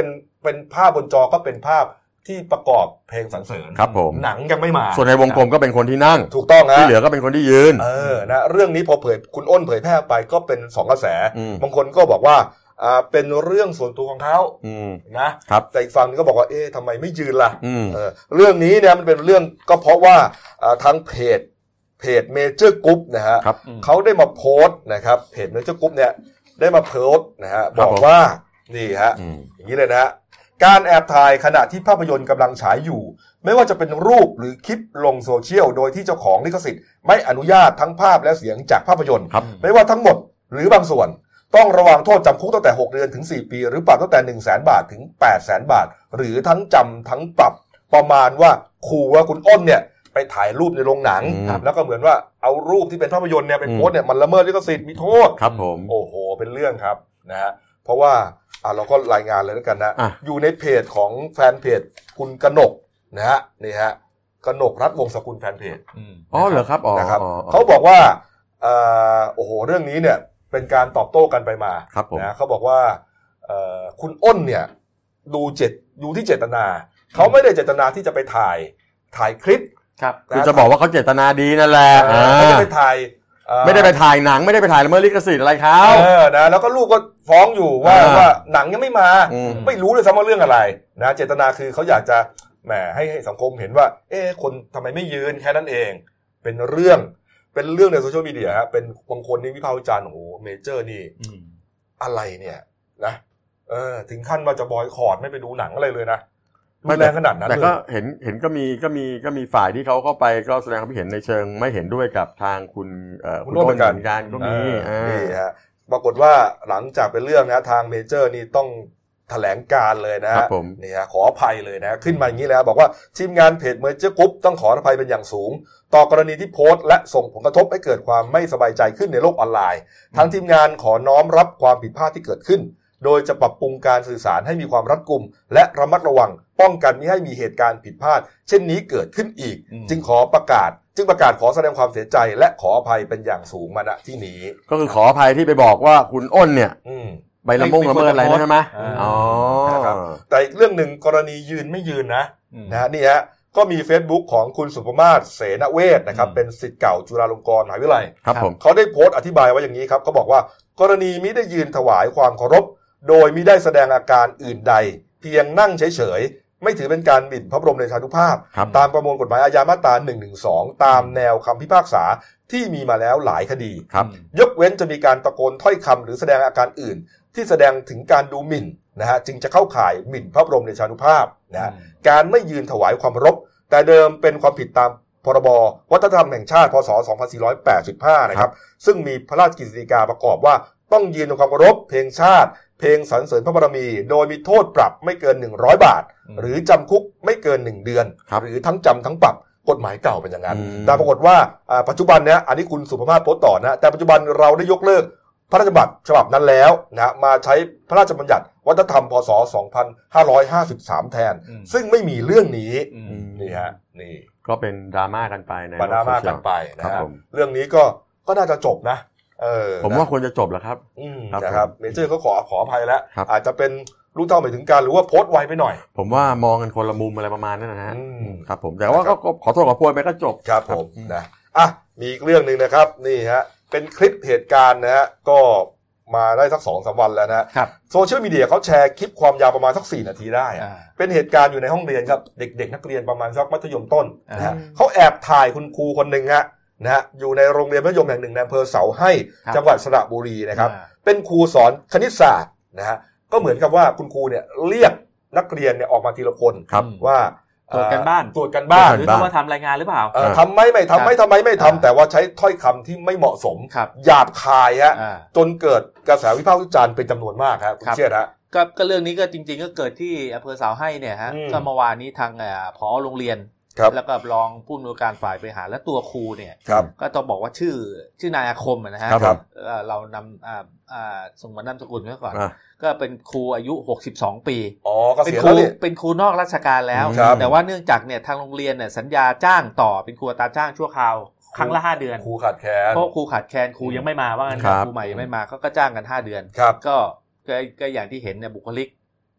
เป็นภาพบนจอก็เป็นภาพที่ประกอบเพลงสรรเสริญครับผมหนังยังไม่มาส่วนในวงกลมก็เป็นคนที่นั่งถูกต้องนะที่เหลือก็เป็นคนที่ยืนเออนะเรื่องนี้พอเผยคุณอ้นเผยแพร่ไปก็เป็นสองกระแสบางคนก็บอกว่าอ่าเป็นเรื่องส่วนตัวของเขานะครับแต่อีกฝั่งนึงก็บอกว่าเอ๊ะทำไมไม่ยืนล่ะเออเรื่องนี้เนี่ยมันเป็นเรื่องก็เพราะว่าอ่าทางเพจเพจเมเจอร์กรุ๊ปนะฮะเขาได้มาโพสต์นะครับเพจเมเจอร์กรุ๊ปเนี่ยได้มาโพสต์นะฮะบอกว่านี่ฮะอย่างนี้เลยนะฮะการแอบถ่ายขณะที่ภาพยนตร์กำลังฉายอยู่ไม่ว่าจะเป็นรูปหรือคลิปลงโซเชียลโดยที่เจ้าของลิขสิทธิ์ไม่อนุญาตทั้งภาพและเสียงจากภาพยนตร์ไม่ว่าทั้งหมดหรือบางส่วนต้องระวังโทษจำคุกตั้งแต่หกเดือนถึงสี่ปีหรือปรับตั้งแต่ หนึ่งแสน บาทถึง แปดแสน บาทหรือทั้งจำทั้งปรับประมาณว่าขู่ว่าคุณอ้นเนี่ยไปถ่ายรูปในโรงหนังแล้วก็เหมือนว่าเอารูปที่เป็นภาพยนตร์เนี่ยไปโพสเนี่ยมันละเมิดลิขสิทธิ์มีโทษครับผมโอ้โหเป็นเรื่องครับนะฮะเพราะว่าอ่ะเราก็รายงานเลยแล้วกันนะอยู่ในเพจของแฟนเพจคุณกนกนะฮะนี่ฮะกนกรัตน์วงศ์สกุลแฟนเพจอ๋อเหรอครับอ๋อนะครับเขาบอกว่าเอ่อโอ้โหเรื่องนี้เนี่ยเป็นการตอบโต้กันไปมานะเขาบอกว่าเอ่อคุณอ้นเนี่ยดูเจตดูที่เจตนาเขาไม่ได้เจตนาที่จะไปถ่ายถ่ายคลิปครับคือจะบอกว่าเขาเจตนาดีนั่นแหละไม่ได้ไปถ่ายไม่ได้ไปถ่ายหนังไม่ได้ไปถ่ายละเมิดลิขสิทธิ์อะไรเขาเออนะแล้วก็ลูกก็ฟ้องอยู่ว่าว่าหนังยังไม่มาไม่รู้เลยซ้ำว่าเรื่องอะไรนะเจตนาคือเขาอยากจะแหมให้สังคมเห็นว่าเอ๊ะคนทำไมไม่ยืนแค่นั้นเองเป็นเรื่องเป็นเรื่องในโซเชียลมีเดียฮะเป็นบางคนนี่วิพากษ์วิจารณ์โอ้โหเมเจอร์นี่อะไรเนี่ยนะเออถึงขั้นว่าจะบอยคอตไม่ไปดูหนังอะไรเลยนะรุนแรงขนาดนั้นแต่ก็เห็นเห็นก็มีก็มีก็มีฝ่ายที่เขาเข้าไปก็แสดงความคิดเห็นในเชิงไม่เห็นด้วยกับทางคุณเอ่อคุณโน้ตเหมือนกันก็มีนี่ฮะปรากฏว่าหลังจากเป็นเรื่องนะทางเมเจอร์นี่ต้องแถลงการเลยนะฮะนี่ฮะขออภัยเลยนะขึ้นมาอย่างนี้แล้วบอกว่าทีมงานเพจเมเจอร์กรุ๊ปต้องขออภัยเป็นอย่างสูงต่อกรณีที่โพสต์และส่งผลกระทบให้เกิดความไม่สบายใจขึ้นในโลกออนไลน์ทั้งทีมงานขอน้อมรับความผิดพลาดที่เกิดขึ้นโดยจะปรับปรุงการสื่อสารให้มีความรัดกุมและระมัดระวังป้องกันไม่ให้มีเหตุการณ์ผิดพลาดเช่นนี้เกิดขึ้นอีกจึงขอประกาศจึงประกาศขอแสดงความเสียใจและขออภัยเป็นอย่างสูงมาณที่นี้ก็คือขออภัยที่ไปบอกว่าคุณอ้นเนี่ยไปละมงละเมิดอะไรใช่ไหมอ๋อนะครับแต่อีกเรื่องหนึ่งกรณียืนไม่ยืนนะนะฮะนี่ฮะก็มี Facebook ของคุณสุภมาศเสนเวชนะครับเป็นศิษย์เก่าจุฬาลงกรณ์มหาวิทยาลัยเขาได้โพสต์อธิบายไว้อย่างนี้ครับเขาบอกว่ากรณีมิได้ยืนถวายความเคารพโดยมิได้แสดงอาการอื่นใดเพียงนั่งเฉยๆไม่ถือเป็นการหมิ่นพระบรมเดชานุภาพตามประมวลกฎหมายอาญามาตราหนึ่งหนึ่งสองตามแนวคำพิพากษาที่มีมาแล้วหลายคดียกเว้นจะมีการตะโกนถ้อยคำหรือแสดงอาการอื่นที่แสดงถึงการดูหมิ่นนะฮะจึงจะเข้าข่ายหมิ่นพระบรมเดชานุภาพนะการไม่ยืนถวายความเคารพแต่เดิมเป็นความผิดตามพรบวัฒนธรรมแห่งชาติพ.ศ. สองพันสี่ร้อยแปดสิบห้านะครับซึ่งมีพระราชกฤษฎีกาประกอบว่าต้องยืนในความเคารพเพลงชาติเพลงสรรเสริญพระบารมีโดยมีโทษปรับไม่เกินหนึ่งร้อยบาทหรือจำคุกไม่เกินหนึ่งเดือนหรือทั้งจำทั้งปรับกฎหมายเก่าเป็นอย่างนั้นแต่ปรากฏว่าปัจจุบันเนี้ยอันนี้คุณสุภมาศโพสต์ต่อนะแต่ปัจจุบันเราได้ยกเลิกพระราชบัญญัติฉบับนั้นแล้วนะมาใช้พระราชบัญญัติวัฒนธรรมพ.ศ. สองพันห้าร้อยห้าสิบสามแทนซึ่งไม่มีเรื่องนี้นี่ฮะนี่ก็เป็นดราม่ากันไปนะดราม่ากันไปนะครับเรื่องนี้ก็ก็น่าจะจบนะเออผมว่าควรจะจบแล้วครับนะครับเมเจอร์เขาขอขออภัยแล้วอาจจะเป็นรู้เท่าไม่ถึงการหรือว่าโพสต์ไวไปหน่อยผมว่ามองกันคนละมุมอะไรประมาณนั้นนะฮะครับผมแต่ว่าก็ขอโทษขอโพยไปก็จบครับผมนะอ่ะมีอีกเรื่องนึงนะครับนี่ฮะเป็นคลิปเหตุการณ์นะฮะก็มาได้สัก สองถึงสาม วันแล้วนะโซเชียลมีเดียเขาแชร์คลิปความยาวประมาณสักสี่นาทีได้เป็นเหตุการณ์อยู่ในห้องเรียนครับเด็กๆนักเรียนประมาณสักมัธยมต้นนะฮะเขาแอบถ่ายคุณครูคนนึงฮะนะฮะอยู่ในโรงเรียนมัธยมแห่งหนึ่งในอำเภอเสาให้จังหวัดสระบุรีนะครับเป็นครูสอนคณิตศาสตร์นะฮะก็เหมือนกับว่าคุณครูเนี่ยเรียกนักเรียนเนี่ยออกมาทีละคนว่าตรวจกันบ้านตรวจกันบ้านหรือต้องมาทำรายงานหรือเปล่าทำไม่ไม่ทำไม่ทำไมไม่ทำแต่ว่าใช้ถ้อยคำที่ไม่เหมาะสมหยาบคายฮะจนเกิดกระแสวิพากษ์วิจารณ์เป็นจำนวนมากครับคุณเชื่อนะก็ก็เรื่องนี้ก็จริงๆก็เกิดที่อำเภอเสาให้เนี่ยฮะก็เมื่อวานนี้ทางผอโรงเรียนแล้วก็รองผู้อำนวยการฝ่ายบริหารและตัวครูเนี่ยก็ต้องบอกว่าชื่อชื่อนายอาคมนะฮะเรานำส่งมานามสกุลไว้ก่อนก็เป็นครูอายุหกสิบสองปีอ๋อเป็นครูเป็นครูนอกราชการแล้วแต่ว่าเนื่องจากเนี่ยทางโรงเรียนเนี่ยสัญญาจ้างต่อเป็นครูอัตราจ้างชั่วคราวครั้งละห้าเดือนครูขาดแคลนเพราะครูขาดแคลนครูยังไม่มาว่างั้นครูใหม่ยังไม่มาเขาก็จ้างกันห้าเดือนก็ก็อย่างที่เห็นเนี่ยบุคลิก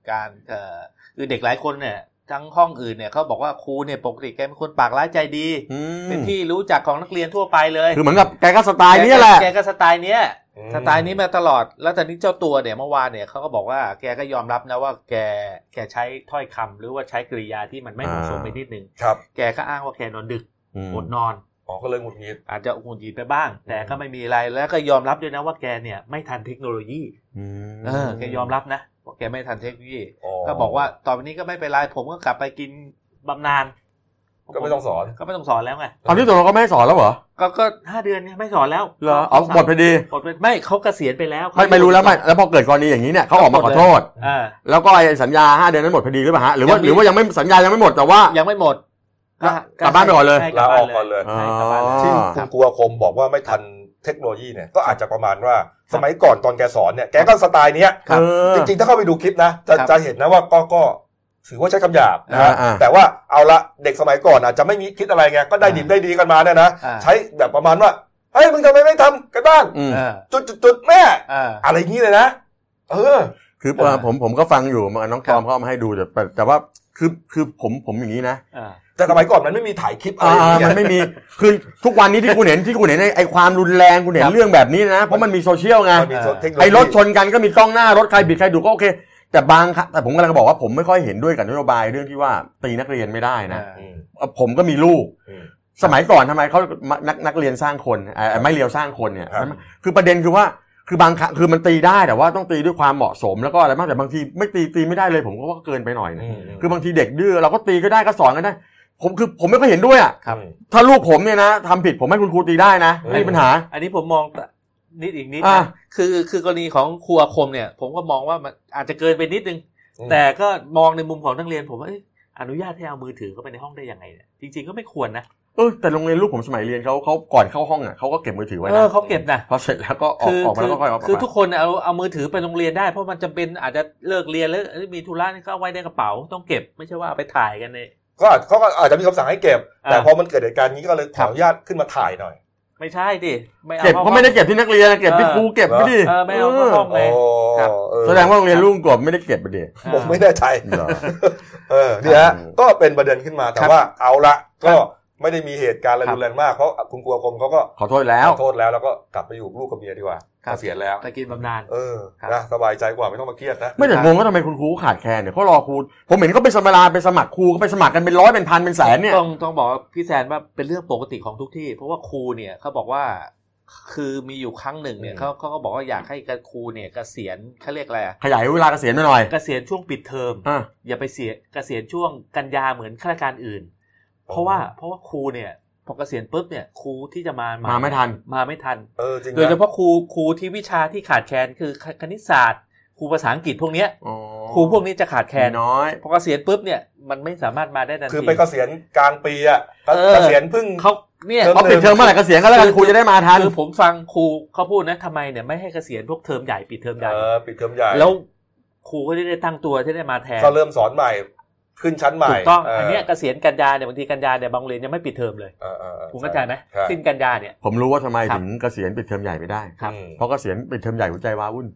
การเอ่อคือเด็กหลายคนเนี่ยทั้งห้องอื่นเนี่ยเขาบอกว่าครูเนี่ยปกติแกเป็นคนปากร้ายใจดีเป็นที่รู้จักของนักเรียนทั่วไปเลยคือเหมือนกับแกก็สไตล์นี้แหละแกก็สไตล์เนี้ยสไตล์นี้มาตลอดแล้วตอนนี้เจ้าตัวเนี่ยเมื่อวานเนี่ยเขาก็บอกว่าแกก็ยอมรับนะว่าแกแกใช้ถ้อยคำหรือว่าใช้กริยาที่มันไม่เหมาะสมไปนิดนึงแกก็อ้างว่าแกนอนดึกอดนอนอ๋อก็เลยหงุดหงิดอาจจะหงุดหงิดไปบ้างแต่ก็ไม่มีอะไรแล้วก็ยอมรับด้วยนะว่าแกเนี่ยไม่ทันเทคโนโลยีเออแกยอมรับนะว่าแกไม่ทันเทคโนโลยีก็บอกว่าตอนนี้ก็ไม่เป็นไรผมก็กลับไปกินบำนาญก็ไม่ต้องสอนก็ไม่ต้องสอนแล้วไงตอนนี้ตัวเราก็ไม่สอนแล้วเหรอก็ก็ห้าเดือนเนี่ยไม่สอนแล้วเหรอเอาหมดพอดีหมดไม่เขาเกษียณไปแล้วไม่ไม่รู้แล้วไม่แล้วพอเกิดกรณีอย่างนี้เนี่ยเขาออกมาขอโทษแล้วก็ไอ้สัญญาห้าเดือนนั้นหมดพอดีหรือเปล่าฮะหรือว่าหรือว่ายังไม่สัญญายังไม่หมดแต่ว่ายังไม่หมดกลับบ้านไปก่อนเลยลาออกก่อนเลยที่คุณครูอาคมบอกว่าไม่ทันเทคโนโลยีเนี่ยก็อาจจะประมาณว่าสมัยก่อนตอนแกสอนเนี่ยแกก็สไตล์เนี้ยจริงๆถ้าเข้าไปดูคลิปนะจะจะเห็นนะว่าก็ก็ถือว่าใช้คำหยาบนะฮะแต่ว่าเอาละเด็กสมัยก่อนอาจจะไม่มีคิดอะไรไงก็ได้ดิบได้ดีกันมาเนี่ยนะใช้แบบประมาณว่าเฮ้ยมึงทำไมไม่ทำกันบ้างจุดๆๆแม่อะไรอย่างนี้เลยนะเออคือผมผมก็ฟังอยู่มาน้องตอมเขามาให้ดูแต่แต่ว่าคือคือผมผมอย่างนี้นะแต่สมัยก่อนมันไม่มีถ่ายคลิปอะไรมันไม่มีคือทุกวันนี้ที่คุณเห็นที่คุณเห็นไอ้ความรุนแรงคุณเห็นเรื่องแบบนี้นะเพราะมันมีโซเชียลไงไอ้รถชนกันก็มีกล้องหน้ารถใครบิดใครดูก็โอเคแต่บางแต่ผมกำลังจะบอกว่าผมไม่ค่อยเห็นด้วยกับนโยบายเรื่องที่ว่าตีนักเรียนไม่ได้นะผมก็มีลูกสมัยก่อนทำไมเขานักนักเรียนสร้างคนไม่เลียวสร้างคนเนี่ยคือประเด็นคือว่าคือบางคือมันตีได้แต่ว่าต้องตีด้วยความเหมาะสมแล้วก็อะไรบ้างแต่บางทีไม่ตีตีไม่ได้เลยผมก็ว่าเกินไปหน่อยนะคือบางทีเด็กดื้อเราก็ตีก็ได้ก็สอนกันได้ผมคือผมไม่ค่อยเห็นด้วยอ่ะถ้าลูกผมเนี่ยนะทำผิดผมให้คุณครูตีได้นะไม่มีปัญหาอันนี้ผมมองนิดอีกนิดนะคือคือกรณีของครูอาคมเนี่ยผมก็มองว่ามันอาจจะเกินไปนิดนึงแต่ก็มองในมุมของนักเรียนผมว่าอนุญาตให้เอามือถือเข้าไปในห้องได้ยังไงเนี่ยจริงๆก็ไม่ควรนะเออแต่โรงเรียนลูกผมสมัยเรียนเขาเขาก่อนเข้าห้องอ่ะเขาก็เก็บมือถือไว้นะเออเขาเก็บนะพอเสร็จแล้วก็ออกออกมาแล้วก็ค่อยเอาคือทุกคนเอาเอามือถือไปโรงเรียนได้เพราะมันจำเป็นอาจจะเลิกเรียนแล้วมีธุระนี่ก็เอาไว้ในกระเป๋าต้องเก็บไม่ใช่ว่าเอาไปถ่ายกันเลยก็เขาก็อาจจะมีคำสั่งให้เก็บแต่พอมันเกิดเหตุการณ์นี้ก็เลยขออนุญาตขึ้นมาถ่ายหน่อยไม่ใช่ดิไม่เอาเก็บเขาไม่ได้เก็บที่นักเรียนเก็บที่ครูเก็บไม่ดิเออไม่เอาเข้าห้องเลยครับแสดงว่าโรงเรียนลุงกบไม่ได้เก็บประเดี๋ยวผมไม่แน่ใจเออนี่ฮะก็เป็นประเด็นขึ้นมาแต่ว่าเอาละก็ไม่ได้มีเหตุการณ์อะไรรุนแรงมากเพราะคุณครูอาคมเขาก็ขอโทษแล้วขอโทษแล้วแล้วก็กลับไปอยู่ลูกกับเมียดีกว่าเกษียณแล้วไปกินบำนาญเออนะสบายใจกว่าไม่ต้องมาเครียดนะไม่แต่งงว่าทำไมคุณครูขาดแคลนเนี่ยเขารอครูผมเห็นเขาไปสมัครไปสมัครครูก็ไปสมัครกันเป็นร้อยเป็นพันเป็นแสนเนี่ยต้องต้องบอกพี่แซนว่าเป็นเรื่องปกติของทุกที่เพราะว่าครูเนี่ยเขาบอกว่าคือมีอยู่ครั้งหนึ่งเนี่ยเขาเขาก็บอกว่าอยากให้ครูเนี่ยเกษียณเขาเรียกอะไรขยายเวลาเกษียณหน่อยเกษียณช่วงปิดเทอมอย่าไปเสียเกษียณช่วงกันยาเหมือนข้าราชการอื่นเพราะว่าเพราะว่าครูเนี่ยพอเกษียณปุ๊บเนี่ยครูที่จะมามาไม่ทันมาไม่ทันเออจริงโดยเฉพาะครูครูที่วิชาที่ขาดแคลนคือคณิตศาสตร์ครูภาษาอังกฤษพวกเนี้ยครูพวกนี้จะขาดแคลนน้อยพอเกษียณปุ๊บเนี่ยมันไม่สามารถมาได้ทันทีคือไปเกษียณกลางปีอ่ะเกษียณเพิ่งเขาเนี่ยเขาปิดเทอมเมื่อไหร่เกษียณก็แล้วกันครูจะได้มาทันคือผมฟังครูเขาพูดนะทำไมเนี่ยไม่ให้เกษียณพวกเทอมใหญ่ปิดเทอมใหญ่เออปิดเทอมใหญ่แล้วครูก็จะได้ตั้งตัวที่ได้มาแทนก็เริ่มสอนใหม่ขึ้นชั้นใหม่ถูกต้องอันนี้เกษียณกันยาเนี่ยบางทีกันยาเนี่ยบางโรงเรียนยังไม่ปิดเทอมเลยคุณเข้าใจไหมสิ้นกันยาเนี่ยผมรู้ว่าทำไมถึงเกษียณปิดเทอมใหญ่ไม่ได้เพราะเกษียณปิดเทอมใหญ่หัวใจว้าวุ่น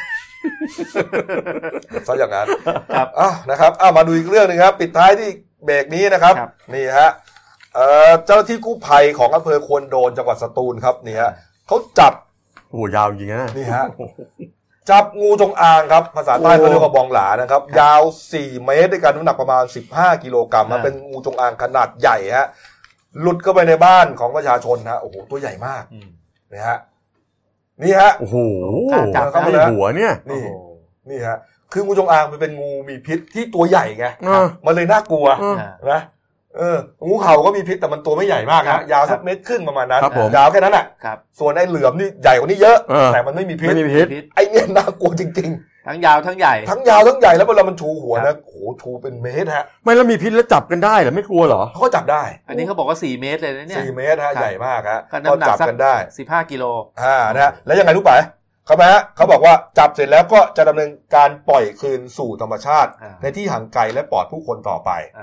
ซะอย่างนั้นครับอ้าวนะครับอ้าวมาดูอีกเรื่องนึงครับปิดท้ายที่เบรกนี้นะครับนี่ฮะเอ่อเจ้าหน้าที่กู้ภัยของอำเภอควนโดนจังหวัดสตูลครับนี่ฮะเขาจับโอ้ยาวจริงนะนี่ฮะจับงูจงอางครับภาษาใต้เขาเรียกว่าบองหลานะครับยาวสี่เมตรด้วยกันน้ำหนักประมาณสิบห้ากิโลกรัมมันเป็นงูจงอางขนาดใหญ่ฮะหลุดเข้าไปในบ้านของประชาชนฮะโอ้โหตัวใหญ่มากนี่ฮะนี่ฮะโอ้โหจับเข้าไปหัวเนี่ยนี่นี่ฮะคืองูจงอางมันเป็นงูมีพิษที่ตัวใหญ่ไงมันเลยน่ากลัวนะเอองูเห่าก็มีพิษแต่มันตัวไม่ใหญ่มากนะยาวสักเมตรครึ่งประมาณนั้นยาวแค่นั้นแหละส่วนไอ้เหลือมนี่ใหญ่กว่านี้เยอะแต่มันไม่มีพิษไอ้เนี่ยน่ากลัวจริงๆทั้งยาวทั้งใหญ่ทั้งยาวทั้งใหญ่แล้วเวลามันชูหัวนะโหชูเป็นเมตรฮะไม่แล้วมีพิษแล้วจับกันได้เหรอไม่กลัวเหรอเขาก็จับได้อันนี้เขาบอกว่าสี่เมตรเลยนะเนี่ยสี่เมตรฮะใหญ่มากฮะก็จับกันได้สิบห้ากิโลอ่านะแล้วยังไงรู้ป่ะเขาไหมฮะเขาบอกว่าจับเสร็จแล้วก็จะดำเนินการปล่อยคืนสู่ธรรมชาติในที่ห่างไกลและปลอดผู้คนต่อไป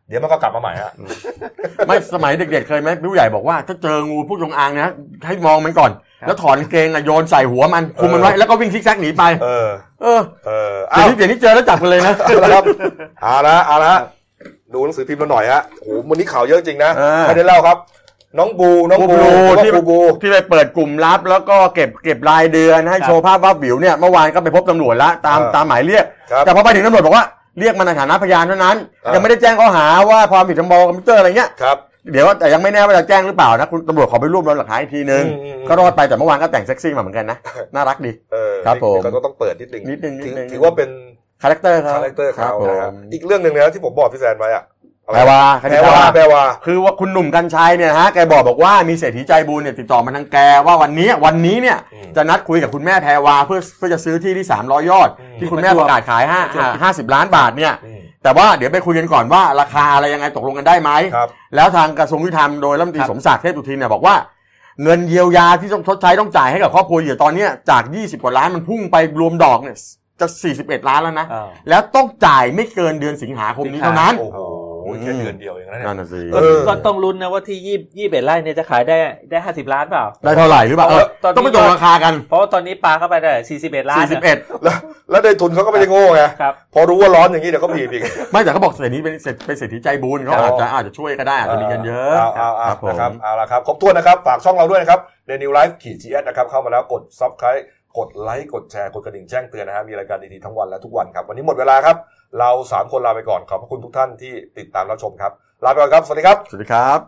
เดี๋ยวมันก็กลับมาใหม่ฮะไม่สมัยเด็กๆเคยไหมผู้ใหญ่บอกว่าถ้าเจองูพวกจงอางนะให้มองมันก่อนแล้วถอนกางเกงโยนใส่หัวมันคุมมันไว้แล้วก็วิ่งซิกแซกหนีไปเออเออเออเดี๋ยวนี้เดี๋ยวนี้เจอแล้วจับกันเลยนะครับเอาละเอาละดูหนังสือพิมพ์เราหน่อยฮะโอ้โหวันนี้ข่าวเยอะจริงนะไม่ได้เล่าครับน้องบูน้องบูที่บูที่ไปเปิดกลุ่มลับแล้วก็เก็บเก็บรายเดือนให้โชว์ภาพว่าวิวเนี่ยเมื่อวานก็ไปพบตำรวจแล้วตามตามหมายเรียกแต่พอไปถึงตำรวจบอกว่าเรียกมาในฐานะพยานเท่านั้นยังไม่ได้แจ้งข้อหาว่าความผิดทางคอมพิวเตอร์อะไรเงี้ยเดี๋ยวแต่ยังไม่แน่ว่าจะแจ้งหรือเปล่านะคุณตำรวจขอไปรวบรวมหลักฐานอีกทีนึงก็รอดไปแต่เมื่อวานก็แต่งเซ็กซี่มาเหมือนกันนะน่ารักดีครับผมก็ต้องเปิดนิดนึงนิดนึงถือว่าเป็นคาแรคเตอร์ครับคาแรคเตอร์เขานะครับอีกเรื่องนึงนะที่ผมบอกพี่แซนไว้อะแปลว่าแปลว่าแปลว่าคือว่าคุณหนุ่มกัญชัยเนี่ยฮะแกบอกบอกว่ามีเศรษฐีใจบุญเนี่ยติดต่อมาทางแกว่าวันนี้วันนี้เนี่ยจะนัดคุยกับคุณแม่แพรวาเพื่อเพื่อจะซื้อที่ที่สามร้อยยอดที่คุณแม่ประกาศขายห้าห้าสิบล้านบาทเนี่ยแต่ว่าเดี๋ยวไปคุยกันก่อนว่าราคาอะไรยังไงตกลงกันได้ไหมแล้วทางกระทรวงยุติธรรมโดยรัฐมนตรีสมศักดิ์เทพสุทินเนี่ยบอกว่าเงินเยียวยาที่ต้องชดใช้ต้องจ่ายให้กับครอบครัวอยู่ตอนนี้จากยี่สิบกว่าล้านมันพุ่งไปรวมดอกเนี่ยจะสี่สิบเอ็ดล้านแล้วนะแล้วต้องจ่ายไม่เกินเดือนสิงหาคมนี้เท่านั้นโอ้โหแค่เดือนเดียวเองนะนั่นน่ะสิก็ต้องลุ้นนะว่าที่ยี่ยี่สิบเอ็ดไร่เนี่ยจะขายได้ได้ห้าสิบล้านเปล่าได้เท่าไหร่หรือเปล่าต้องไปตกราคากันเพราะว่าตอนนี้ปลาเข้าไปได้สี่สิบเอ็ดล้านสี่สิบเอ็ดแล้วแล้วได้ทุนเขาก็ไม่ได้โง่ไงพอรู้ว่าร้อนอย่างนี้เดี๋ยวเขาบีบอีกไม่แต่เขาบอกเศรษฐีเป็นเป็นเศรษฐีใจบุญเขาอาจจะอาจจะช่วยก็ได้อาจจะมีเงินเยอะเอาเอาครับเอาละครับครบถ้วนนะครับฝากช่องเราด้วยนะครับ Daily Life ขีด จี เอส นะครับเข้ามาแล้วกด Subscribeกดไลค์กดแชร์กดกระดิ่งแจ้งเตือนนะฮะมีรายการดีๆทั้งวันและทุกวันครับวันนี้หมดเวลาครับเราสามคนลาไปก่อนขอบพระคุณทุกท่านที่ติดตามรับชมครับลาไปก่อนครับสวัสดีครับสวัสดีครับ